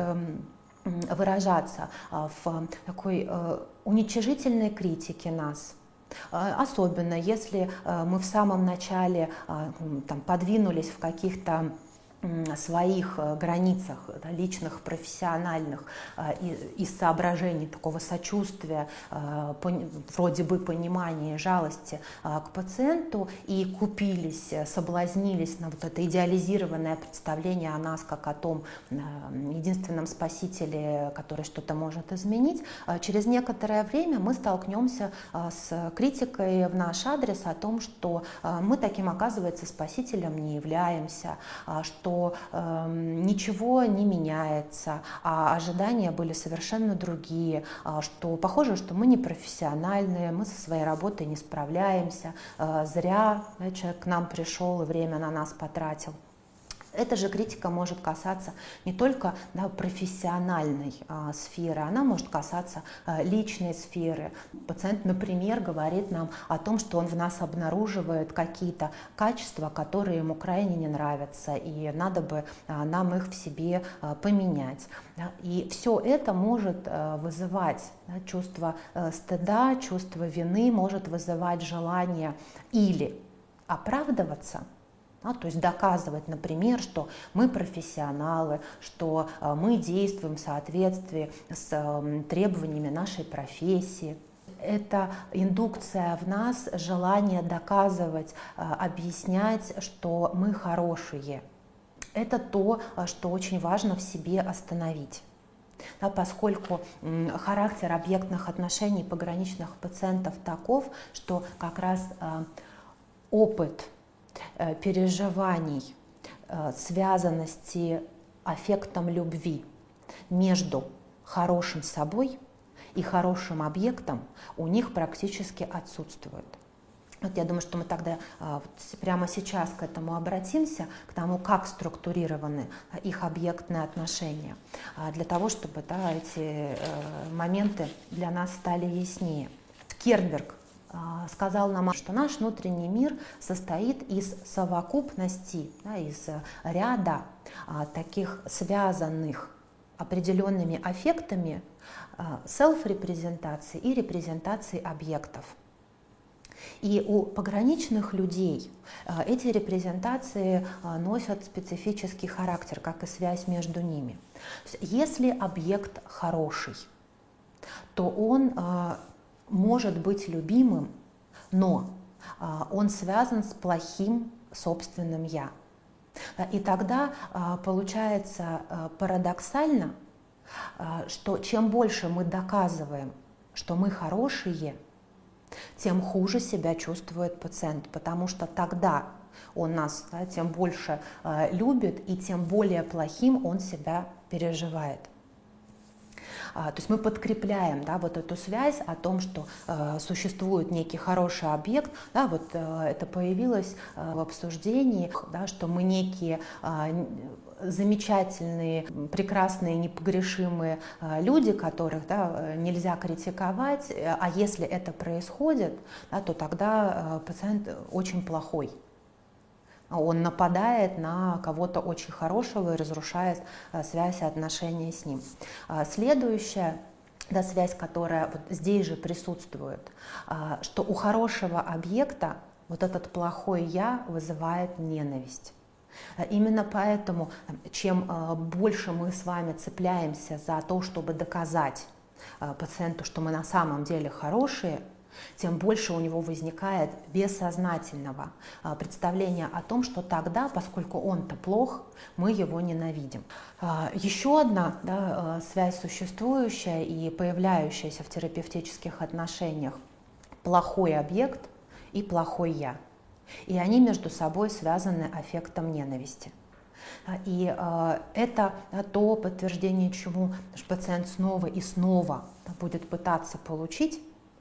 A: выражаться в такой уничижительной критике нас. Особенно если мы в самом начале там, подвинулись в каких-то своих границах, да, личных, профессиональных, из соображений такого сочувствия, вроде бы понимания, жалости к пациенту, и купились, соблазнились на вот это идеализированное представление о нас как о том единственном спасителе, который что-то может изменить. Через некоторое время мы столкнемся с критикой в наш адрес о том, что мы таким, оказывается, спасителем не являемся, что что э, ничего не меняется, а ожидания были совершенно другие, э, что похоже, что мы не профессиональные, мы со своей работой не справляемся, э, зря да, человек к нам пришел и время на нас потратил. Эта же критика может касаться не только да, профессиональной а, сферы, она может касаться а, личной сферы. Пациент, например, говорит нам о том, что он в нас обнаруживает какие-то качества, которые ему крайне не нравятся, и надо бы а, нам их в себе а, поменять. Да? И все это может а, вызывать да, чувство а, стыда, чувство вины, может вызывать желание или оправдываться, А, то есть доказывать, например, что мы профессионалы, что а, мы действуем в соответствии с а, требованиями нашей профессии. Это индукция в нас, желание доказывать, а, объяснять, что мы хорошие. Это то, что очень важно в себе остановить. Да, поскольку м, характер объектных отношений пограничных пациентов таков, что как раз а, опыт переживаний, связанности аффектом любви между хорошим собой и хорошим объектом у них практически отсутствует. Вот я думаю, что мы тогда вот, прямо сейчас к этому обратимся, к тому, как структурированы их объектные отношения, для того, чтобы да, эти моменты для нас стали яснее. Кернберг сказал нам, что наш внутренний мир состоит из совокупности, да, из ряда а, таких связанных определенными аффектами а, селф-репрезентации и репрезентации объектов. И у пограничных людей а, эти репрезентации а, носят специфический характер, как и связь между ними. То есть, если объект хороший, то он а, может быть любимым, но а, он связан с плохим собственным «я». И тогда а, получается а, парадоксально, а, что чем больше мы доказываем, что мы хорошие, тем хуже себя чувствует пациент, потому что тогда он нас, да, тем больше э, любит, и тем более плохим он себя переживает. А, то есть мы подкрепляем, да, вот эту связь о том, что э, существует некий хороший объект. Да, вот э, это появилось э, в обсуждении, да, что мы некие э, замечательные, прекрасные, непогрешимые э, люди, которых, да, нельзя критиковать, а если это происходит, да, то тогда э, пациент очень плохой. Он нападает на кого-то очень хорошего и разрушает а, связь и отношения с ним. А, следующая, да, связь, которая вот здесь же присутствует, а, что у хорошего объекта вот этот плохой «я» вызывает ненависть. А, именно поэтому, чем а, больше мы с вами цепляемся за то, чтобы доказать а, пациенту, что мы на самом деле хорошие, тем больше у него возникает бессознательного представления о том, что тогда, поскольку он-то плох, мы его ненавидим. Еще одна, да, связь существующая и появляющаяся в терапевтических отношениях – плохой объект и плохой «я». И они между собой связаны аффектом ненависти. И э, это то подтверждение, чему пациент снова и снова будет пытаться получить.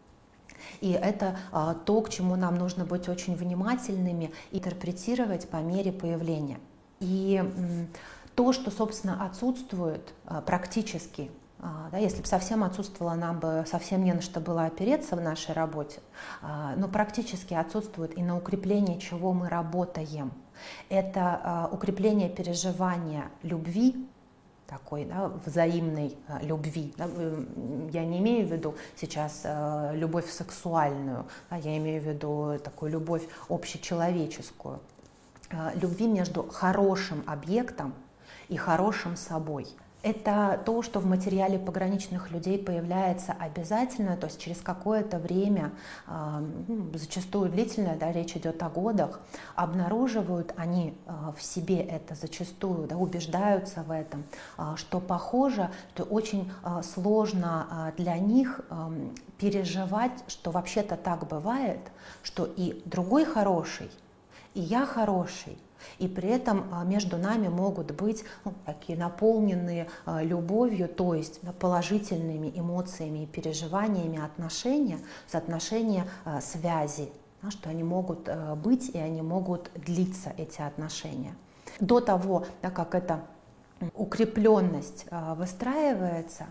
A: И это а, то, к чему нам нужно быть очень внимательными, интерпретировать по мере появления. И м, то, что, собственно, отсутствует а, практически, а, да, если бы совсем отсутствовало, нам бы совсем не на что было опереться в нашей работе, а, но практически отсутствует и на укрепление, чего мы работаем. Это а, укрепление переживания любви, такой, да, взаимной э, любви. Да, я не имею в виду сейчас э, любовь сексуальную, да, я имею в виду такую любовь общечеловеческую. Э, любви между хорошим объектом и хорошим собой. Это то, что в материале пограничных людей появляется обязательно, то есть через какое-то время, зачастую длительное, да, речь идет о годах, обнаруживают они в себе это зачастую, да, убеждаются в этом, что похоже, что очень сложно для них переживать, что вообще-то так бывает, что и другой хороший, и я хороший. И при этом между нами могут быть, ну, такие наполненные любовью, то есть положительными эмоциями и переживаниями отношения, соотношения связи, да, что они могут быть и они могут длиться, эти отношения. До того, да, как эта укрепленность выстраивается,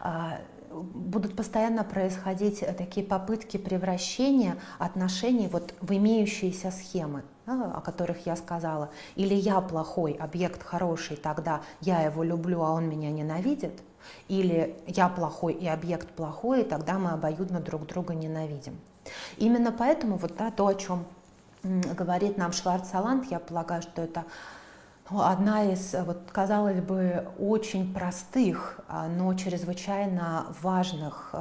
A: будут постоянно происходить такие попытки превращения отношений вот в имеющиеся схемы, да, о которых я сказала. Или я плохой, объект хороший, тогда я его люблю, а он меня ненавидит. Или я плохой и объект плохой, и тогда мы обоюдно друг друга ненавидим. Именно поэтому вот, да, то, о чем говорит нам Шварц-Саланд, я полагаю, что это одна из, вот, казалось бы, очень простых, но чрезвычайно важных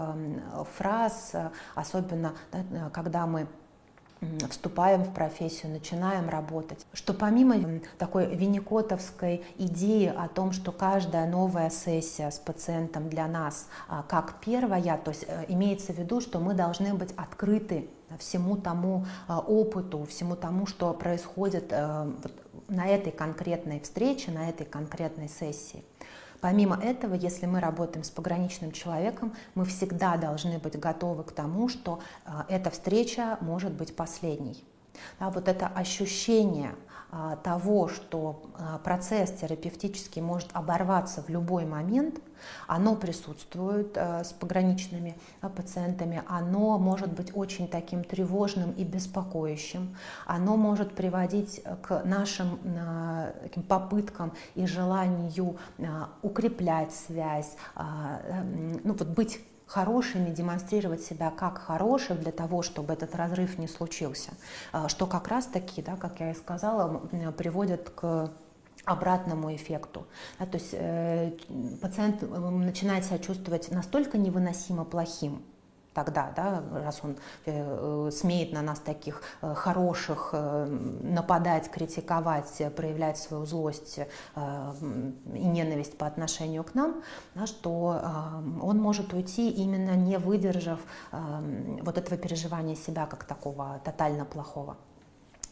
A: фраз, особенно, да, когда мы вступаем в профессию, начинаем работать, что помимо такой винникотовской идеи о том, что каждая новая сессия с пациентом для нас как первая, то есть имеется в виду, что мы должны быть открыты всему тому опыту, всему тому, что происходит на этой конкретной встрече, на этой конкретной сессии. Помимо этого, если мы работаем с пограничным человеком, мы всегда должны быть готовы к тому, что э, эта встреча может быть последней. Да, вот это ощущение э, того, что э, процесс терапевтический может оборваться в любой момент, оно присутствует э, с пограничными э, пациентами, оно может быть очень таким тревожным и беспокоящим, оно может приводить к нашим э, таким попыткам и желанию э, укреплять связь, э, э, ну, вот быть хорошими, демонстрировать себя как хороших для того, чтобы этот разрыв не случился, что как раз-таки, да, как я и сказала, приводит к обратному эффекту. Да, то есть э, пациент начинает себя чувствовать настолько невыносимо плохим тогда, да, раз он э, смеет на нас таких э, хороших э, нападать, критиковать, проявлять свою злость э, и ненависть по отношению к нам, да, что э, он может уйти, именно не выдержав э, вот этого переживания себя как такого тотально плохого.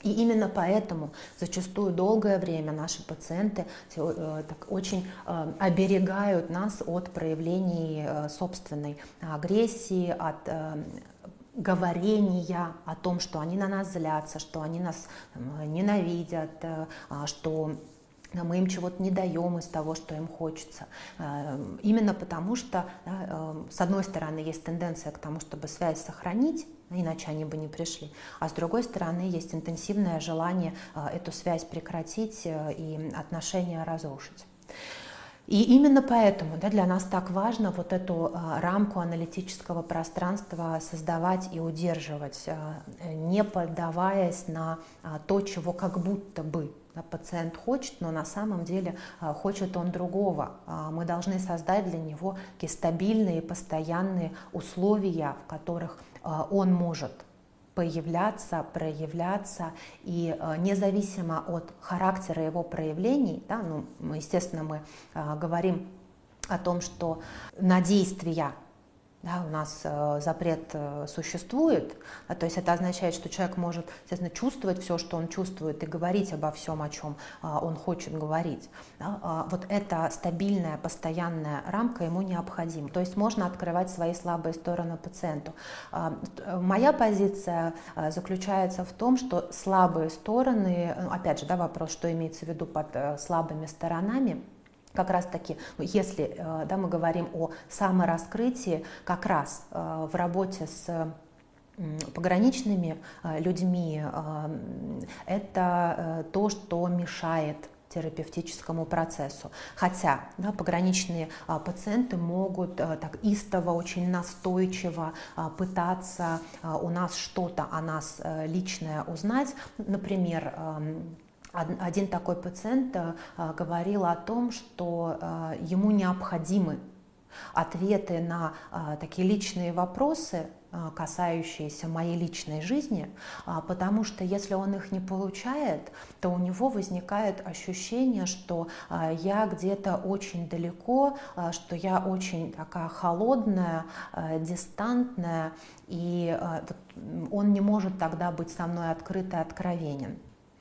A: И именно поэтому зачастую долгое время наши пациенты э, так, очень э, оберегают нас от проявлений э, собственной агрессии, от э, говорения о том, что они на нас злятся, что они нас э, ненавидят, э, что мы им чего-то не даем из того, что им хочется. Именно потому что, да, с одной стороны, есть тенденция к тому, чтобы связь сохранить, иначе они бы не пришли, а с другой стороны, есть интенсивное желание эту связь прекратить и отношения разрушить. И именно поэтому, да, для нас так важно вот эту а, рамку аналитического пространства создавать и удерживать, а, не поддаваясь на а, то, чего как будто бы да, пациент хочет, но на самом деле а, хочет он другого. А, мы должны создать для него такие стабильные, постоянные условия, в которых а, он может появляться, проявляться, и э, независимо от характера его проявлений, да, ну, мы, естественно, мы э, говорим о том, что на действия, да, у нас э, запрет э, существует, да, то есть это означает, что человек может, естественно, чувствовать все, что он чувствует, и говорить обо всем, о чем э, он хочет говорить. Да, э, вот эта стабильная, постоянная рамка ему необходима. То есть можно открывать свои слабые стороны пациенту. Э, моя позиция э, заключается в том, что слабые стороны, опять же, да, вопрос, что имеется в виду под э, слабыми сторонами, как раз таки, если да, мы говорим о самораскрытии, как раз в работе с пограничными людьми, это то, что мешает терапевтическому процессу. Хотя да, пограничные а, пациенты могут а, так истово, очень настойчиво а, пытаться а, у нас что-то о нас а, личное узнать. Например, а, один такой пациент а, говорил о том, что а, ему необходимы ответы на а, такие личные вопросы, а, касающиеся моей личной жизни, а, потому что если он их не получает, то у него возникает ощущение, что а, я где-то очень далеко, а, что я очень такая холодная, а, дистантная, и а, он не может тогда быть со мной открыт и откровенен.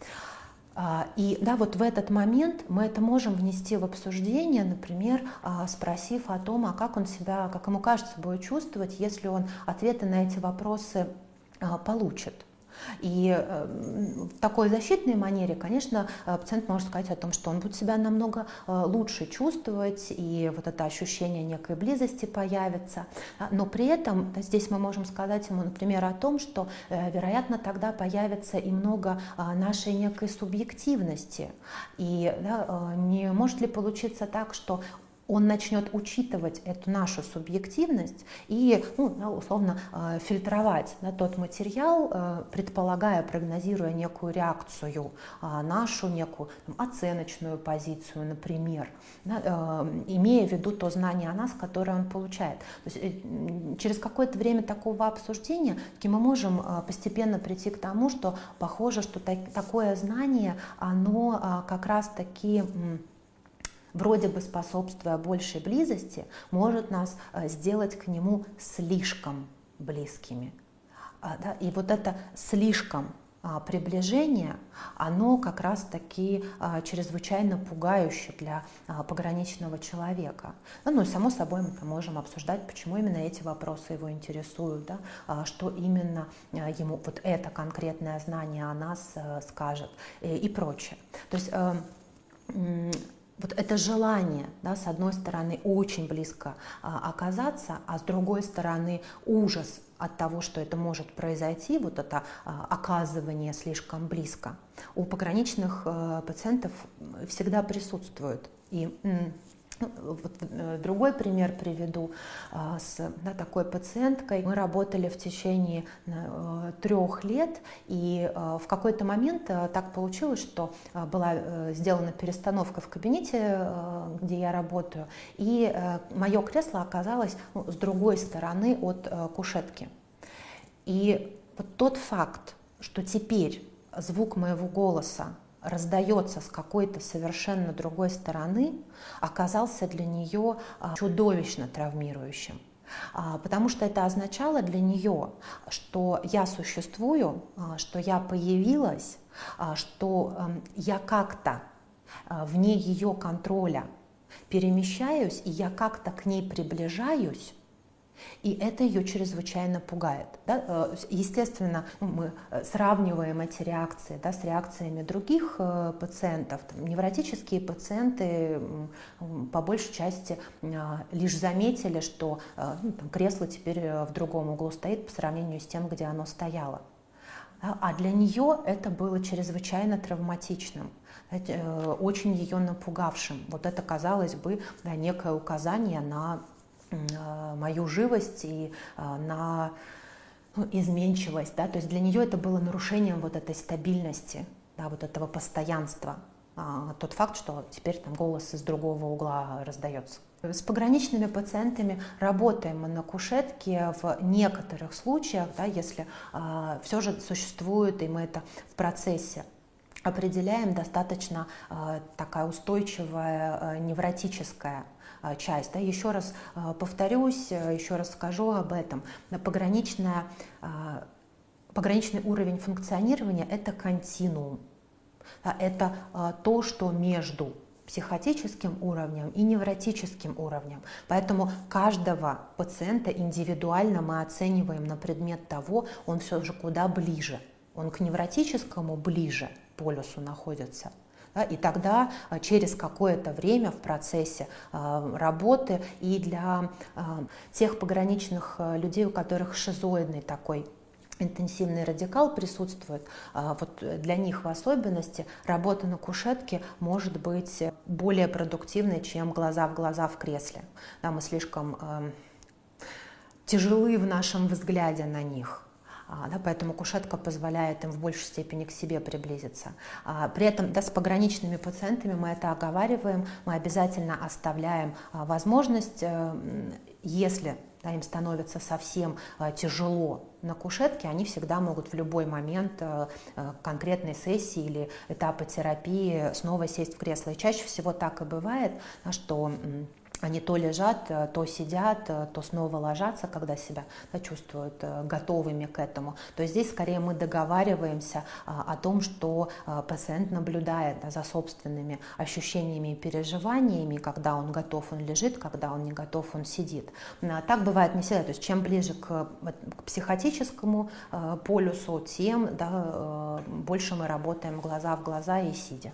A: И да, вот в этот момент мы это можем внести в обсуждение, например, спросив о том, а как он себя, как ему кажется, будет чувствовать, если он ответы на эти вопросы получит. И в такой защитной манере, конечно, пациент может сказать о том, что он будет себя намного лучше чувствовать, и вот это ощущение некой близости появится. Но при этом здесь мы можем сказать ему, например, о том, что, вероятно, тогда появится и много нашей некой субъективности. И да, не может ли получиться так, что он начнет учитывать эту нашу субъективность и, ну, условно, фильтровать да, тот материал, предполагая, прогнозируя некую реакцию, нашу некую там, оценочную позицию, например, да, имея в виду то знание о нас, которое он получает. То есть, через какое-то время такого обсуждения мы можем постепенно прийти к тому, что похоже, что так, такое знание, оно как раз-таки, вроде бы способствуя большей близости, может нас сделать к нему слишком близкими. И вот это слишком приближение, оно как раз-таки чрезвычайно пугающе для пограничного человека. Ну и само собой мы можем обсуждать, почему именно эти вопросы его интересуют, да, что именно ему вот это конкретное знание о нас скажет и, и прочее. То есть вот это желание, да, с одной стороны, очень близко а, оказаться, а с другой стороны, ужас от того, что это может произойти, вот это а, оказывание слишком близко, у пограничных а, пациентов всегда присутствует. И м- Вот другой пример приведу с да, такой пациенткой. Мы работали в течение э, трех лет, и э, в какой-то момент э, так получилось, что э, была э, сделана перестановка в кабинете, э, где я работаю, и э, мое кресло оказалось ну, с другой стороны от э, кушетки. И вот тот факт, что теперь звук моего голоса раздается с какой-то совершенно другой стороны, оказался для нее чудовищно травмирующим. Потому что это означало для нее, что я существую, что я появилась, что я как-то вне ее контроля перемещаюсь, и я как-то к ней приближаюсь, и это ее чрезвычайно пугает. Да? Естественно, мы сравниваем эти реакции, да, с реакциями других пациентов. Там, невротические пациенты по большей части лишь заметили, что ну, там, кресло теперь в другом углу стоит по сравнению с тем, где оно стояло. А для нее это было чрезвычайно травматичным, очень ее напугавшим. Вот это, казалось бы, да, некое указание на мою живость и на ну, изменчивость, да, то есть для нее это было нарушением вот этой стабильности, да, вот этого постоянства, а, тот факт, что теперь там голос из другого угла раздается. С пограничными пациентами работаем мы на кушетке в некоторых случаях, да, если а, все же существует, и мы это в процессе определяем, достаточно а, такая устойчивая а, невротическая часть. Да. Еще раз повторюсь, еще раз скажу об этом. Пограничная, пограничный уровень функционирования – это континуум. Это то, что между психотическим уровнем и невротическим уровнем. Поэтому каждого пациента индивидуально мы оцениваем на предмет того, он все же куда ближе. Он к невротическому ближе полюсу находится. И тогда через какое-то время в процессе работы и для тех пограничных людей, у которых шизоидный такой интенсивный радикал присутствует, вот для них в особенности работа на кушетке может быть более продуктивной, чем глаза в глаза в кресле. Да, мы слишком тяжелы в нашем взгляде на них. Да, поэтому кушетка позволяет им в большей степени к себе приблизиться. При этом да, с пограничными пациентами мы это оговариваем, мы обязательно оставляем возможность, если да, им становится совсем тяжело на кушетке, они всегда могут в любой момент конкретной сессии или этапа терапии снова сесть в кресло. И чаще всего так и бывает, что они то лежат, то сидят, то снова ложатся, когда себя да, чувствуют готовыми к этому. То есть здесь скорее мы договариваемся о том, что пациент наблюдает да, за собственными ощущениями и переживаниями, когда он готов, он лежит, когда он не готов, он сидит. Так бывает не всегда. То есть чем ближе к, к психотическому полюсу, тем да, больше мы работаем глаза в глаза и сидя.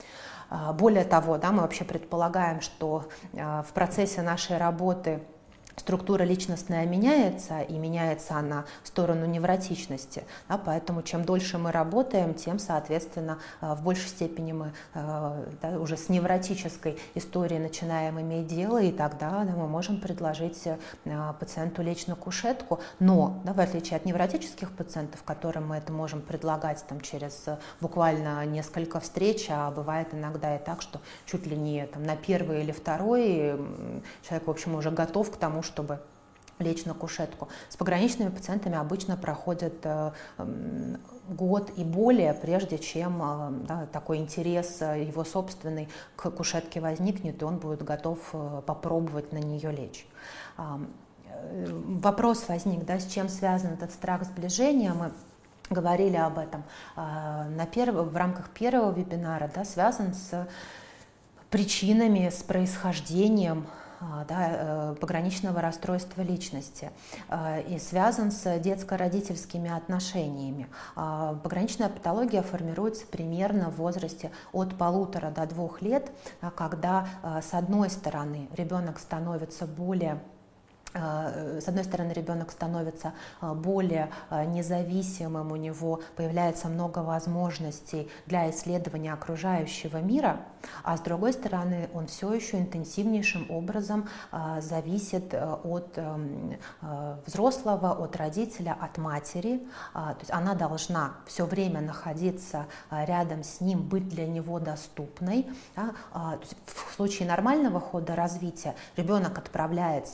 A: Более того, да, мы вообще предполагаем, что в процессе нашей работы структура личностная меняется, и меняется она в сторону невротичности. Да, поэтому чем дольше мы работаем, тем, соответственно, в большей степени мы да, уже с невротической историей начинаем иметь дело, и тогда да, мы можем предложить пациенту лечь на кушетку. Но, да, в отличие от невротических пациентов, которым мы это можем предлагать там, через буквально несколько встреч, а бывает иногда и так, что чуть ли не там, на первый или второй человек, в общем, уже готов к тому, чтобы лечь на кушетку. С пограничными пациентами обычно проходит э, э, год и более, прежде чем э, да, такой интерес его собственный к кушетке возникнет, и он будет готов э, попробовать на нее лечь. Э, э, вопрос возник, да, с чем связан этот страх сближения. Мы говорили об этом э, на перв... в рамках первого вебинара, да, связан с причинами, с происхождением да, пограничного расстройства личности и связан с детско-родительскими отношениями. Пограничная патология формируется примерно в возрасте от полутора до двух лет, когда с одной стороны ребенок становится более С одной стороны, ребенок становится более независимым, у него появляется много возможностей для исследования окружающего мира, а с другой стороны, он все еще интенсивнейшим образом зависит от взрослого, от родителя, от матери. То есть она должна все время находиться рядом с ним, быть для него доступной. В случае нормального хода развития ребенок отправляется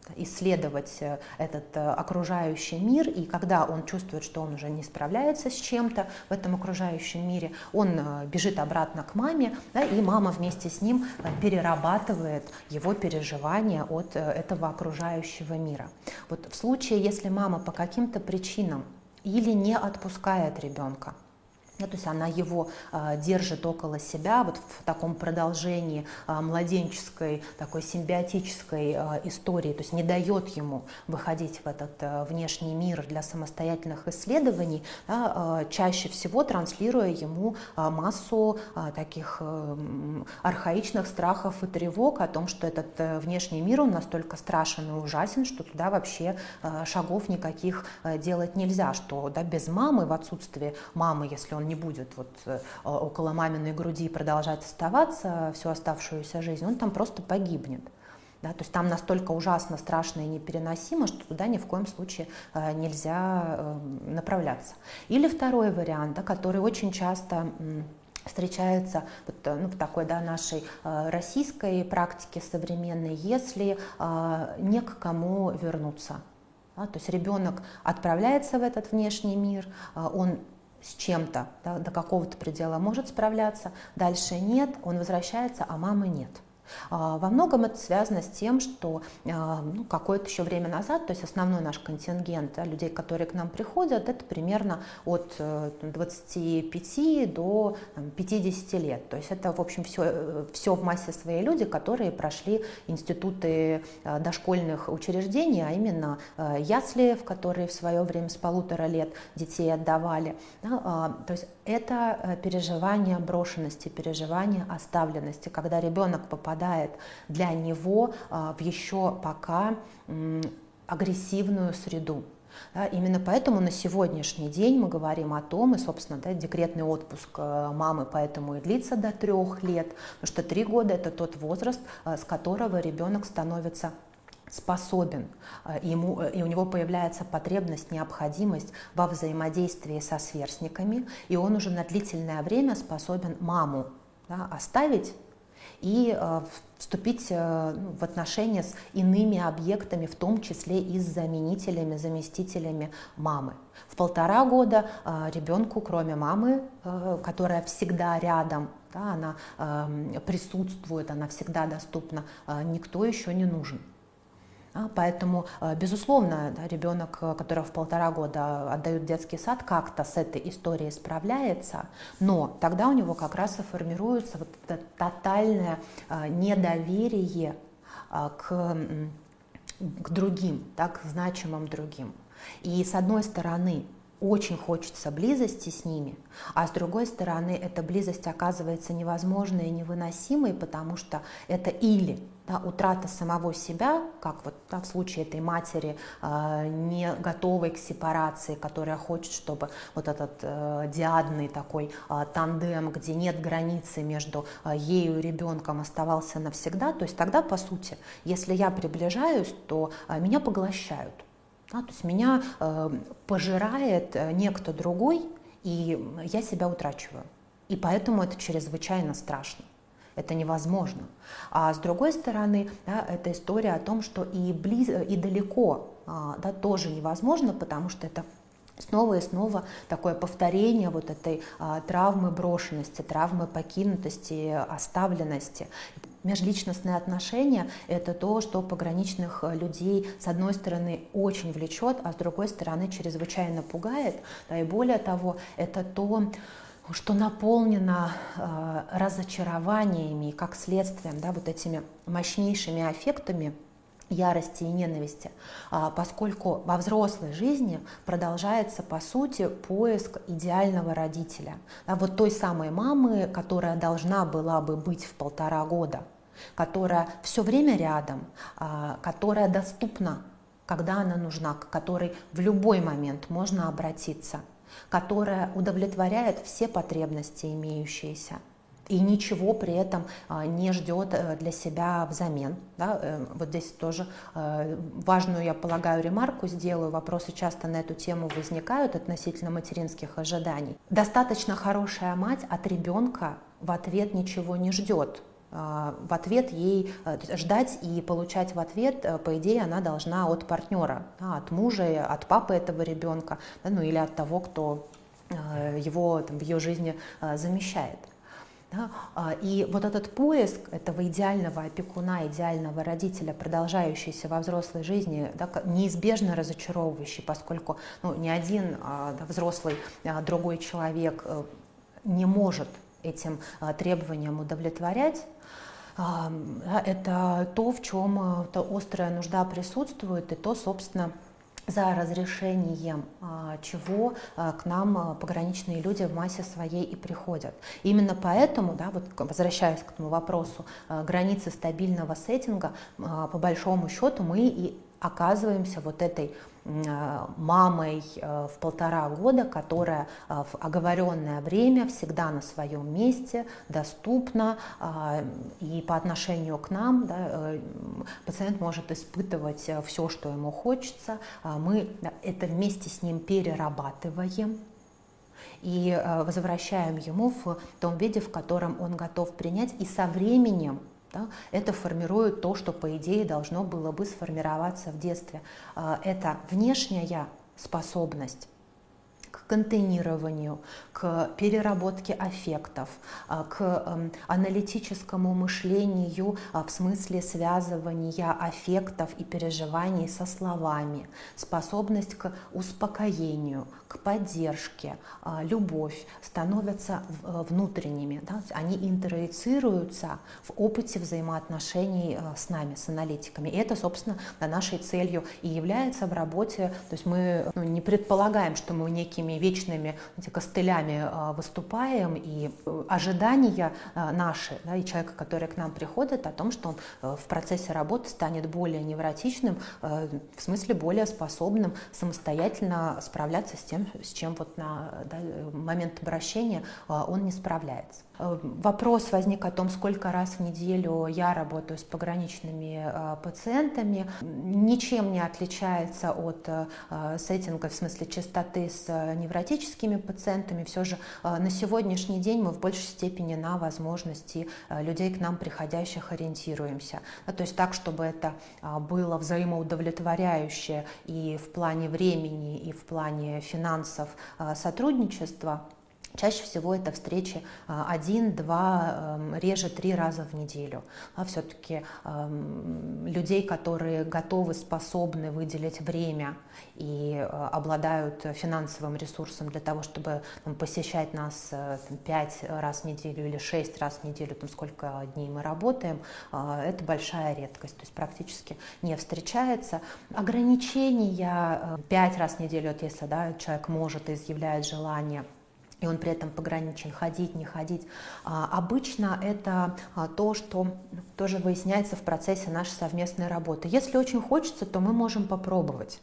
A: исследовать этот окружающий мир, и когда он чувствует, что он уже не справляется с чем-то в этом окружающем мире, он бежит обратно к маме, да, и мама вместе с ним перерабатывает его переживания от этого окружающего мира. Вот в случае, если мама по каким-то причинам или не отпускает ребенка, ну, то есть она его э, держит около себя вот в таком продолжении э, младенческой, такой симбиотической э, истории, то есть не дает ему выходить в этот э, внешний мир для самостоятельных исследований, да, э, чаще всего транслируя ему э, массу э, таких э, архаичных страхов и тревог о том, что этот э, внешний мир, он настолько страшен и ужасен, что туда вообще э, шагов никаких э, делать нельзя, что, да, без мамы, в отсутствие мамы, если он не будет вот около маминой груди продолжать оставаться всю оставшуюся жизнь, он там просто погибнет. Да, то есть там настолько ужасно, страшно и непереносимо, что туда ни в коем случае э, нельзя э, направляться. Или второй вариант, да, который очень часто м, встречается вот, ну, в такой, да, нашей э, российской практике современной, если э, не к кому вернуться. Да, то есть ребенок отправляется в этот внешний мир, э, он с чем-то, да, до какого-то предела может справляться, дальше нет, он возвращается, а мамы нет. Во многом это связано с тем, что ну, какое-то еще время назад, то есть основной наш контингент, да, людей, которые к нам приходят, это примерно от двадцати пяти до пятидесяти лет. То есть это, в общем, все, все в массе своей люди, которые прошли институты дошкольных учреждений, а именно ясли, в которые в свое время с полутора лет детей отдавали. Да, то есть это переживание брошенности, переживание оставленности, когда ребенок попадает для него в еще пока агрессивную среду. Да, именно поэтому на сегодняшний день мы говорим о том, и, собственно, да, декретный отпуск мамы поэтому и длится до трех лет, потому что три года – это тот возраст, с которого ребенок становится способен, ему, и у него появляется потребность, необходимость во взаимодействии со сверстниками, и он уже на длительное время способен маму, да, оставить и э, вступить э, в отношения с иными объектами, в том числе и с заменителями, заместителями мамы. В полтора года э, ребенку, кроме мамы, э, которая всегда рядом, да, она э, присутствует, она всегда доступна, э, никто еще не нужен. Поэтому, безусловно, да, ребенок, которого в полтора года отдают в детский сад, как-то с этой историей справляется, но тогда у него как раз и формируется вот это тотальное недоверие к, к другим, да, к значимым другим. И с одной стороны, очень хочется близости с ними, а с другой стороны, эта близость оказывается невозможной и невыносимой, потому что это или да, утрата самого себя, как вот да, в случае этой матери, э, не готовой к сепарации, которая хочет, чтобы вот этот э, диадный такой э, тандем, где нет границы между э, ею и ребенком, оставался навсегда, то есть тогда, по сути, если я приближаюсь, то э, меня поглощают. Да, то есть меня э, пожирает э, некто другой, и я себя утрачиваю. И поэтому это чрезвычайно страшно. Это невозможно. А с другой стороны, да, это история о том, что и, близ, и далеко а, да, тоже невозможно, потому что это снова и снова такое повторение вот этой а, травмы брошенности, травмы покинутости, оставленности. Межличностные отношения – это то, что пограничных людей, с одной стороны, очень влечет, а с другой стороны, чрезвычайно пугает. Да, и более того, это то, что наполнено э, разочарованиями и, как следствием, да, вот этими мощнейшими аффектами ярости и ненависти, а, поскольку во взрослой жизни продолжается, по сути, поиск идеального родителя. Да, вот той самой мамы, которая должна была бы быть в полтора года, которая все время рядом, а, которая доступна, когда она нужна, к которой в любой момент можно обратиться, которая удовлетворяет все потребности имеющиеся и ничего при этом а, не ждет для себя взамен. Да? Э, вот здесь тоже э, важную, я полагаю, ремарку сделаю. Вопросы часто на эту тему возникают относительно материнских ожиданий. Достаточно хорошая мать от ребенка в ответ ничего не ждет. в ответ ей ждать и получать в ответ, по идее, она должна от партнера, от мужа, от папы этого ребенка, ну или от того, кто его там, в ее жизни замещает. И вот этот поиск этого идеального опекуна, идеального родителя, продолжающийся во взрослой жизни, да, неизбежно разочаровывающий, поскольку ну, ни один да, взрослый другой человек не может этим требованиям удовлетворять, это то, в чем то острая нужда присутствует, и то, собственно, за разрешением чего к нам пограничные люди в массе своей и приходят. Именно поэтому, да, вот возвращаясь к этому вопросу, границы стабильного сеттинга, по большому счету мы и оказываемся вот этой мамой в полтора года, которая в оговоренное время всегда на своем месте, доступна, и по отношению к нам, да, пациент может испытывать все, что ему хочется, мы это вместе с ним перерабатываем и возвращаем ему в том виде, в котором он готов принять, и со временем да, это формирует то, что, по идее, должно было бы сформироваться в детстве. Это внешняя способность к контейнированию, к переработке аффектов, к аналитическому мышлению в смысле связывания аффектов и переживаний со словами, способность к успокоению, к поддержке, любовь становятся внутренними, да? Они интерицируются в опыте взаимоотношений с нами, с аналитиками. И это, собственно, нашей целью и является в работе. То есть мы ну, не предполагаем, что мы некими вечными эти, костылями выступаем, и ожидания наши, да, и человека, который к нам приходит, о том, что он в процессе работы станет более невротичным, в смысле более способным самостоятельно справляться с тем, с чем вот на да, момент обращения он не справляется. Вопрос возник о том, сколько раз в неделю я работаю с пограничными пациентами. Ничем не отличается от сеттинга в смысле частоты с невротическими пациентами. Все же на сегодняшний день мы в большей степени на возможности людей к нам приходящих ориентируемся. То есть так, чтобы это было взаимоудовлетворяющее и в плане времени, и в плане финансов сотрудничества. Чаще всего это встречи один, два, реже три раза в неделю. А все-таки людей, которые готовы, способны выделить время и обладают финансовым ресурсом для того, чтобы там, посещать нас пять раз в неделю или шесть раз в неделю, там, сколько дней мы работаем, это большая редкость, то есть практически не встречается. Ограничения пять раз в неделю, вот если да, человек может и изъявляет желание, и он при этом пограничен, ходить, не ходить. А, обычно это а, то, что тоже выясняется в процессе нашей совместной работы. Если очень хочется, то мы можем попробовать.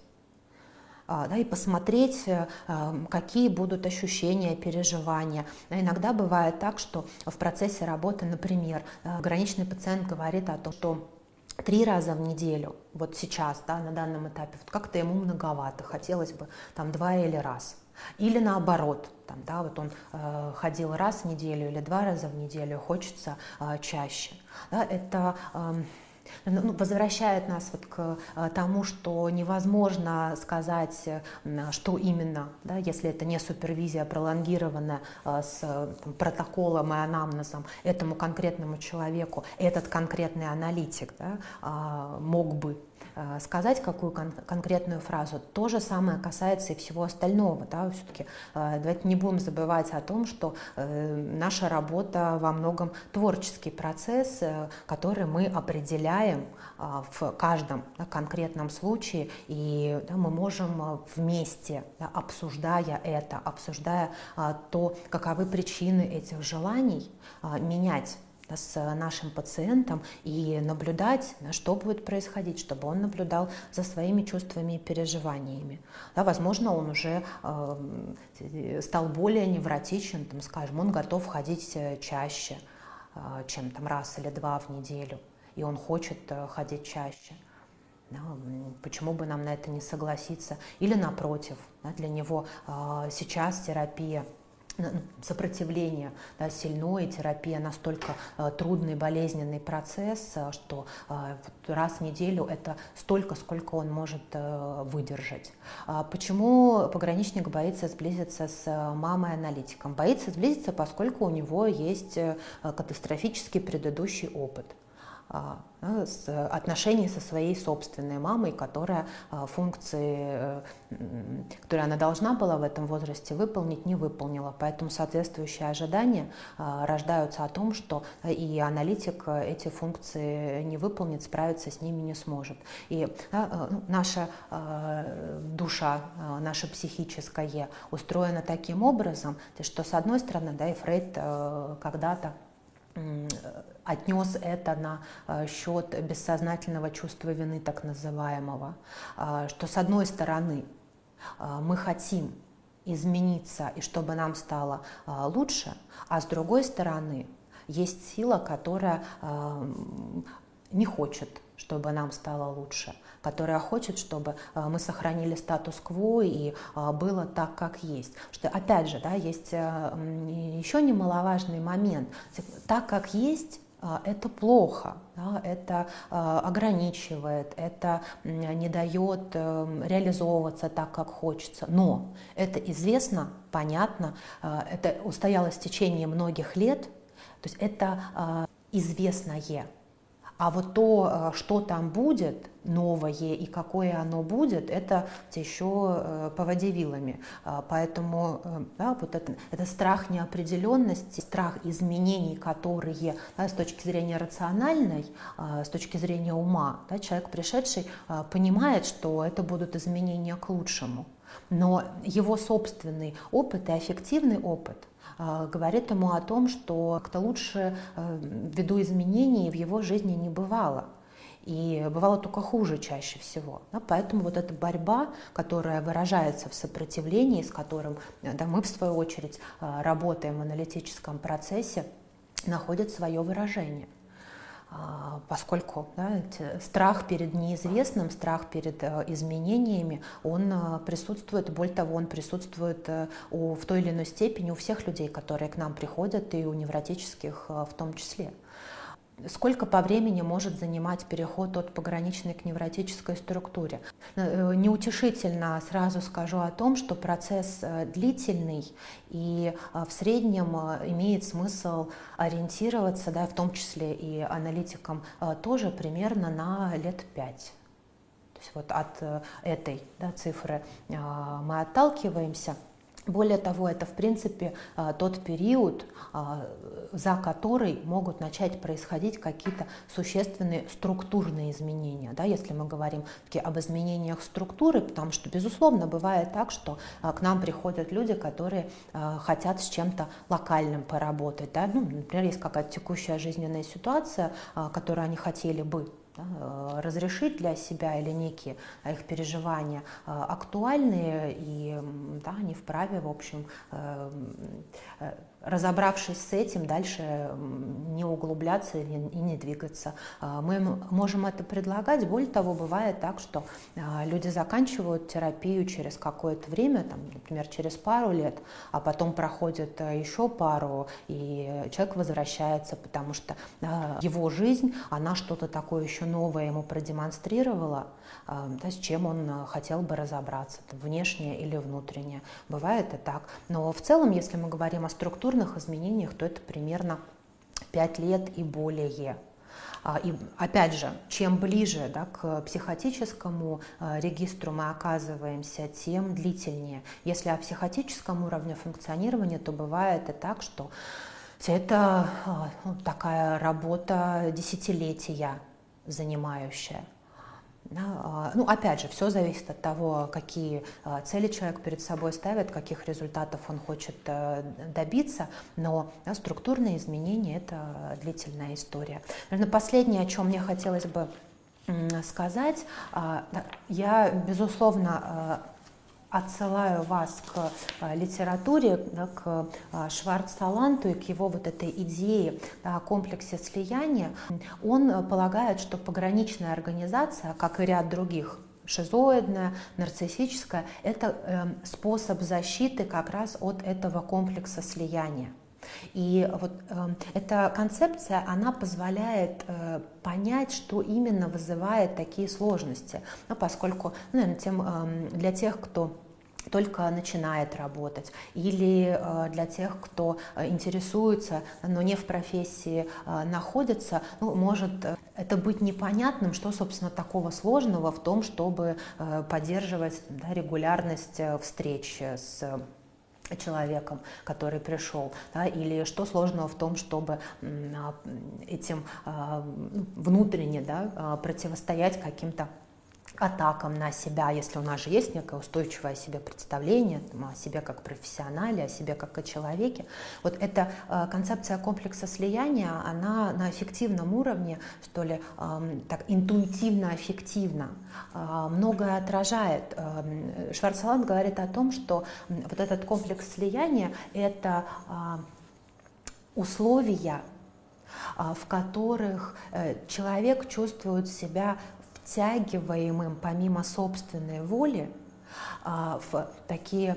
A: А, да, и посмотреть, а, какие будут ощущения, переживания. А иногда бывает так, что в процессе работы, например, пограничный пациент говорит о том, что три раза в неделю, вот сейчас, да, на данном этапе, вот как-то ему многовато, хотелось бы там два или раз. Или наоборот, там, да, вот он э, ходил раз в неделю или два раза в неделю, хочется э, чаще. Да, это э, ну, возвращает нас вот к э, тому, что невозможно сказать, э, что именно, да, если это не супервизия пролонгированная э, с там, протоколом и анамнезом этому конкретному человеку, этот конкретный аналитик да, э, мог бы сказать какую кон- конкретную фразу. То же самое касается и всего остального. Да? Все-таки э, давайте не будем забывать о том, что э, наша работа во многом творческий процесс, э, который мы определяем э, в каждом да, конкретном случае, и да, мы можем вместе, да, обсуждая это, обсуждая э, то, каковы причины этих желаний, э, менять с нашим пациентом и наблюдать, что будет происходить, чтобы он наблюдал за своими чувствами и переживаниями. Да, возможно, он уже э, стал более невротичен, там, скажем, он готов ходить чаще, э, чем там, раз или два в неделю, и он хочет э, ходить чаще. Да, почему бы нам на это не согласиться? Или напротив, да, для него э, сейчас терапия сопротивление, да, сильное, терапия настолько э, трудный, болезненный процесс, э, что э, раз в неделю это столько, сколько он может э, выдержать. А почему пограничник боится сблизиться с мамой-аналитиком? Боится сблизиться, поскольку у него есть э, катастрофический предыдущий опыт с отношений со своей собственной мамой, которая функции, которые она должна была в этом возрасте выполнить, не выполнила. Поэтому соответствующие ожидания рождаются о том, что и аналитик эти функции не выполнит, справиться с ними не сможет. И да, наша душа, наше психическое устроено таким образом, что с одной стороны, да, и Фрейд когда-то отнес это на счет бессознательного чувства вины, так называемого, что с одной стороны мы хотим измениться и чтобы нам стало лучше, а с другой стороны есть сила, которая не хочет, чтобы нам стало лучше, которая хочет, чтобы мы сохранили статус-кво и было так, как есть. Что, опять же, да, есть еще немаловажный момент. Так, как есть, это плохо, да, это ограничивает, это не дает реализовываться так, как хочется. Но это известно, понятно, это устоялось в течение многих лет, то есть это известное. А вот то, что там будет новое и какое оно будет, это еще по воде вилами. Поэтому да, вот это, это страх неопределенности, страх изменений, которые да, с точки зрения рациональной, с точки зрения ума, да, человек, пришедший, понимает, что это будут изменения к лучшему. Но его собственный опыт и аффективный опыт говорит ему о том, что как-то лучше ввиду изменений в его жизни не бывало. И бывало только хуже чаще всего. Да, поэтому вот эта борьба, которая выражается в сопротивлении, с которым да, мы, в свою очередь, работаем в аналитическом процессе, находит свое выражение. Поскольку да, страх перед неизвестным, страх перед изменениями, он присутствует, более того, он присутствует у, в той или иной степени у всех людей, которые к нам приходят, и у невротических в том числе. Сколько по времени может занимать переход от пограничной к невротической структуре? Неутешительно сразу скажу о том, что процесс длительный, и в среднем имеет смысл ориентироваться, да, в том числе и аналитикам тоже, примерно на лет пять. То есть вот от этой да, цифры мы отталкиваемся. Более того, это, в принципе, тот период, за который могут начать происходить какие-то существенные структурные изменения. Да, если мы говорим об изменениях структуры, потому что, безусловно, бывает так, что к нам приходят люди, которые хотят с чем-то локальным поработать. Да? Ну, например, есть какая-то текущая жизненная ситуация, которую они хотели бы да, разрешить для себя, или некие их переживания актуальные, и да, они вправе, в общем, разобравшись с этим, дальше не углубляться и не двигаться. Мы можем это предлагать. Более того, бывает так, что люди заканчивают терапию через какое-то время, там, например, через пару лет, а потом проходит еще пару, и человек возвращается, потому что его жизнь, она что-то такое еще новое ему продемонстрировала, да, с чем он хотел бы разобраться, внешнее или внутреннее. Бывает и так. Но в целом, если мы говорим о структурных изменениях, то это примерно пять лет и более. И опять же, чем ближе да, к психотическому регистру мы оказываемся, тем длительнее. Если о психотическом уровне функционирования, то бывает и так, что это ну, такая работа десятилетия занимающая. Ну, опять же, все зависит от того, какие цели человек перед собой ставит, каких результатов он хочет добиться, но да, структурные изменения – это длительная история. Наверное, последнее, о чем мне хотелось бы сказать, я, безусловно, отсылаю вас к литературе, да, к Шварц-Саланту и к его вот этой идее да, о комплексе слияния. Он полагает, что пограничная организация, как и ряд других шизоидное, нарциссическое, это э, способ защиты как раз от этого комплекса слияния. И вот э, эта концепция, она позволяет э, понять, что именно вызывает такие сложности, ну, поскольку, ну, наверное, тем, э, для тех, кто только начинает работать, или э, для тех, кто интересуется, но не в профессии э, находится, ну, может это быть непонятным, что, собственно, такого сложного в том, чтобы э, поддерживать, да, регулярность встреч с человеком, который пришел, да, или что сложного в том, чтобы этим э, внутренне, да, противостоять каким-то атакам на себя, если у нас же есть некое устойчивое о себе представление, там, о себе как профессионале, о себе как о человеке. Вот эта э, концепция комплекса слияния, она на аффективном уровне, что ли, э, так интуитивно-аффективно э, многое отражает. Э, Шварц-Саланд говорит о том, что вот этот комплекс слияния — это э, условия, э, в которых э, человек чувствует себя втягиваемым помимо собственной воли в такие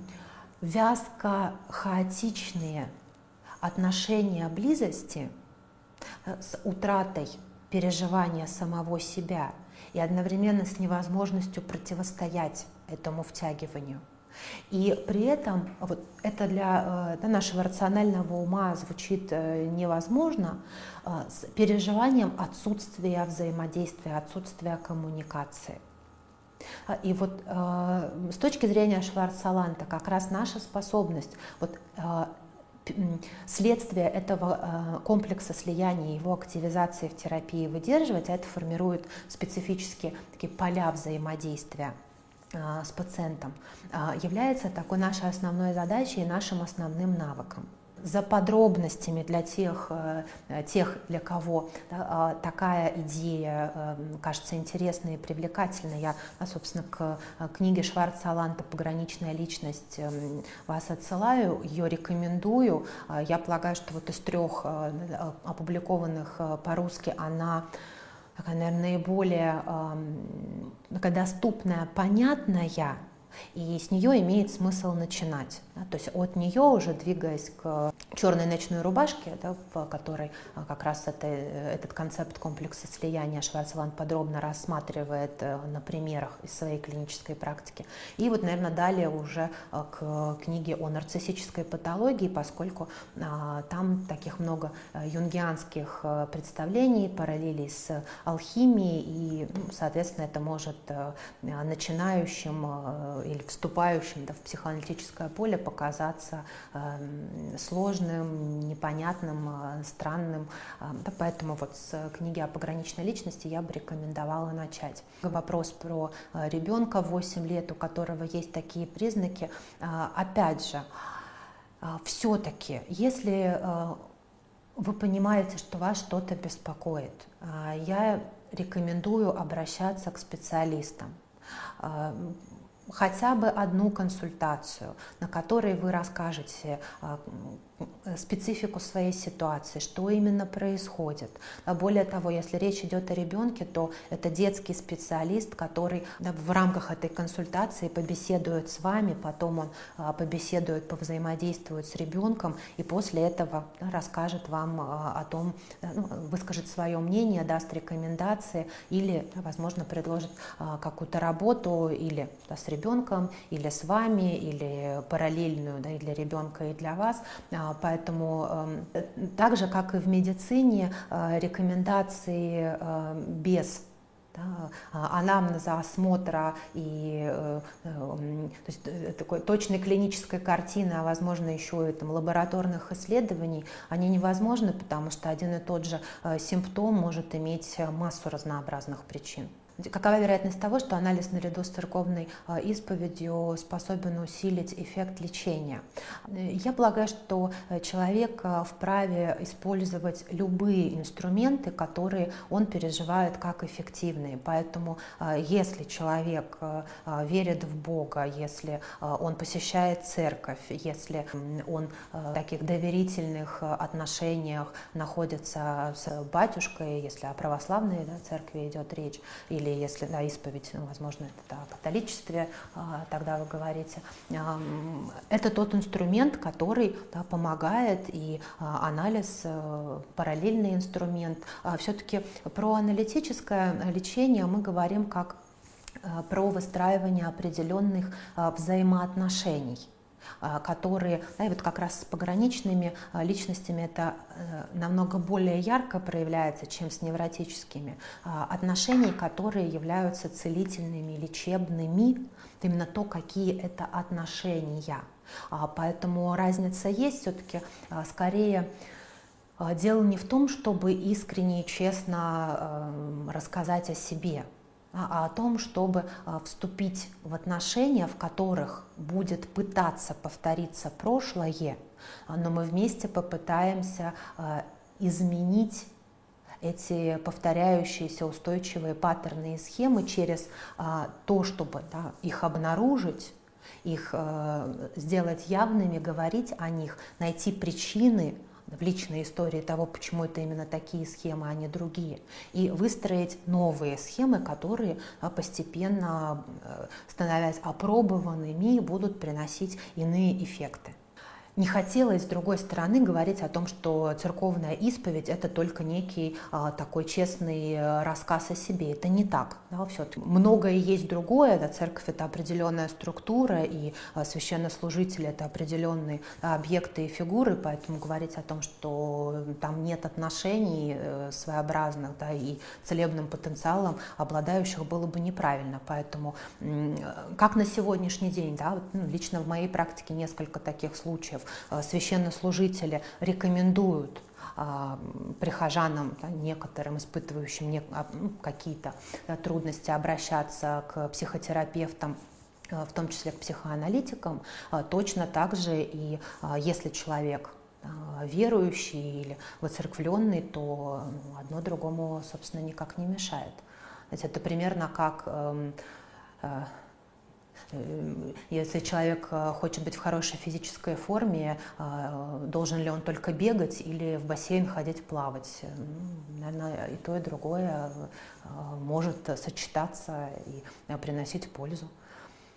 A: вязко-хаотичные отношения близости с утратой переживания самого себя и одновременно с невозможностью противостоять этому втягиванию. И при этом вот это для, для нашего рационального ума звучит невозможно, с переживанием отсутствия взаимодействия, отсутствия коммуникации. И вот с точки зрения Шварц-Саланда как раз наша способность, вот, следствие этого комплекса слияния, его активизации в терапии выдерживать, а это формирует специфические такие поля взаимодействия с пациентом, является такой нашей основной задачей и нашим основным навыком. За подробностями для тех, тех для кого, да, такая идея кажется интересной и привлекательной, я, собственно, к книге Шварц-Саланда «Пограничная личность» вас отсылаю, ее рекомендую. Я полагаю, что вот из трех опубликованных по-русски она такая, наверное, наиболее э, доступная, понятная, и с нее имеет смысл начинать. Да, то есть от нее уже двигаясь к черной ночной рубашке, да, в которой как раз это, этот концепт комплекса слияния Шварц-Саланд подробно рассматривает на примерах из своей клинической практики. И вот, наверное, далее уже к книге о нарциссической патологии, поскольку а, там таких много юнгианских представлений, параллелей с алхимией, и, ну, соответственно, это может начинающим или вступающим, да, в психоаналитическое поле показаться э, сложным, непонятным, э, странным. Э, да, поэтому вот с книги о пограничной личности я бы рекомендовала начать. Вопрос про э, ребенка восемь лет, у которого есть такие признаки. Э, опять же, э, все-таки, если э, вы понимаете, что вас что-то беспокоит, э, я рекомендую обращаться к специалистам. Э, хотя бы одну консультацию, на которой вы расскажете специфику своей ситуации, что именно происходит. Более того, если речь идет о ребенке, то это детский специалист, который, да, в рамках этой консультации побеседует с вами, потом он а, побеседует, повзаимодействует с ребенком и после этого, да, расскажет вам а, о том, ну, выскажет свое мнение, даст рекомендации или, да, возможно, предложит а, какую-то работу или, да, с ребенком, или с вами, или параллельную, да, и для ребенка, и для вас. Поэтому так же, как и в медицине, рекомендации без, да, анамнеза, осмотра и то есть, такой точной клинической картины, а возможно еще и там, лабораторных исследований, они невозможны, потому что один и тот же симптом может иметь массу разнообразных причин. Какова вероятность того, что анализ наряду с церковной исповедью способен усилить эффект лечения? Я полагаю, что человек вправе использовать любые инструменты, которые он переживает как эффективные. Поэтому если человек верит в Бога, если он посещает церковь, если он в таких доверительных отношениях находится с батюшкой, если о православной, да, церкви идет речь, или или если да, исповедь, ну, возможно, это да, о католичестве, тогда вы говорите. Это тот инструмент, который да, помогает, и анализ – параллельный инструмент. Все-таки про аналитическое лечение мы говорим как про выстраивание определенных взаимоотношений, которые, да, и вот как раз с пограничными личностями это намного более ярко проявляется, чем с невротическими, отношений, которые являются целительными, лечебными, именно то, какие это отношения. Поэтому разница есть все-таки скорее. Дело не в том, чтобы искренне и честно рассказать о себе, а о том, чтобы вступить в отношения, в которых будет пытаться повториться прошлое, но мы вместе попытаемся изменить эти повторяющиеся устойчивые паттерны и схемы через то, чтобы да, их обнаружить, их сделать явными, говорить о них, найти причины в личной истории того, почему это именно такие схемы, а не другие, и выстроить новые схемы, которые постепенно, становясь опробованными, будут приносить иные эффекты. Не хотелось, с другой стороны, говорить о том, что церковная исповедь – это только некий а, такой честный рассказ о себе. Это не так. Да, все-таки многое есть другое. Да, церковь – это определенная структура, и а, священнослужители – это определенные да, объекты и фигуры, поэтому говорить о том, что там нет отношений э, своеобразных да, и целебным потенциалом обладающих, было бы неправильно. Поэтому, э, как на сегодняшний день, да, вот, ну, лично в моей практике несколько таких случаев, священнослужители рекомендуют а, прихожанам, да, некоторым испытывающим не, а, ну, какие-то да, трудности, обращаться к психотерапевтам, в том числе к психоаналитикам. А, точно так же и а, если человек а, верующий или воцерквленный, то ну, одно другому, собственно, никак не мешает. Это примерно как... Э, э, Если человек хочет быть в хорошей физической форме, должен ли он только бегать или в бассейн ходить плавать? Наверное, и то, и другое может сочетаться и приносить пользу.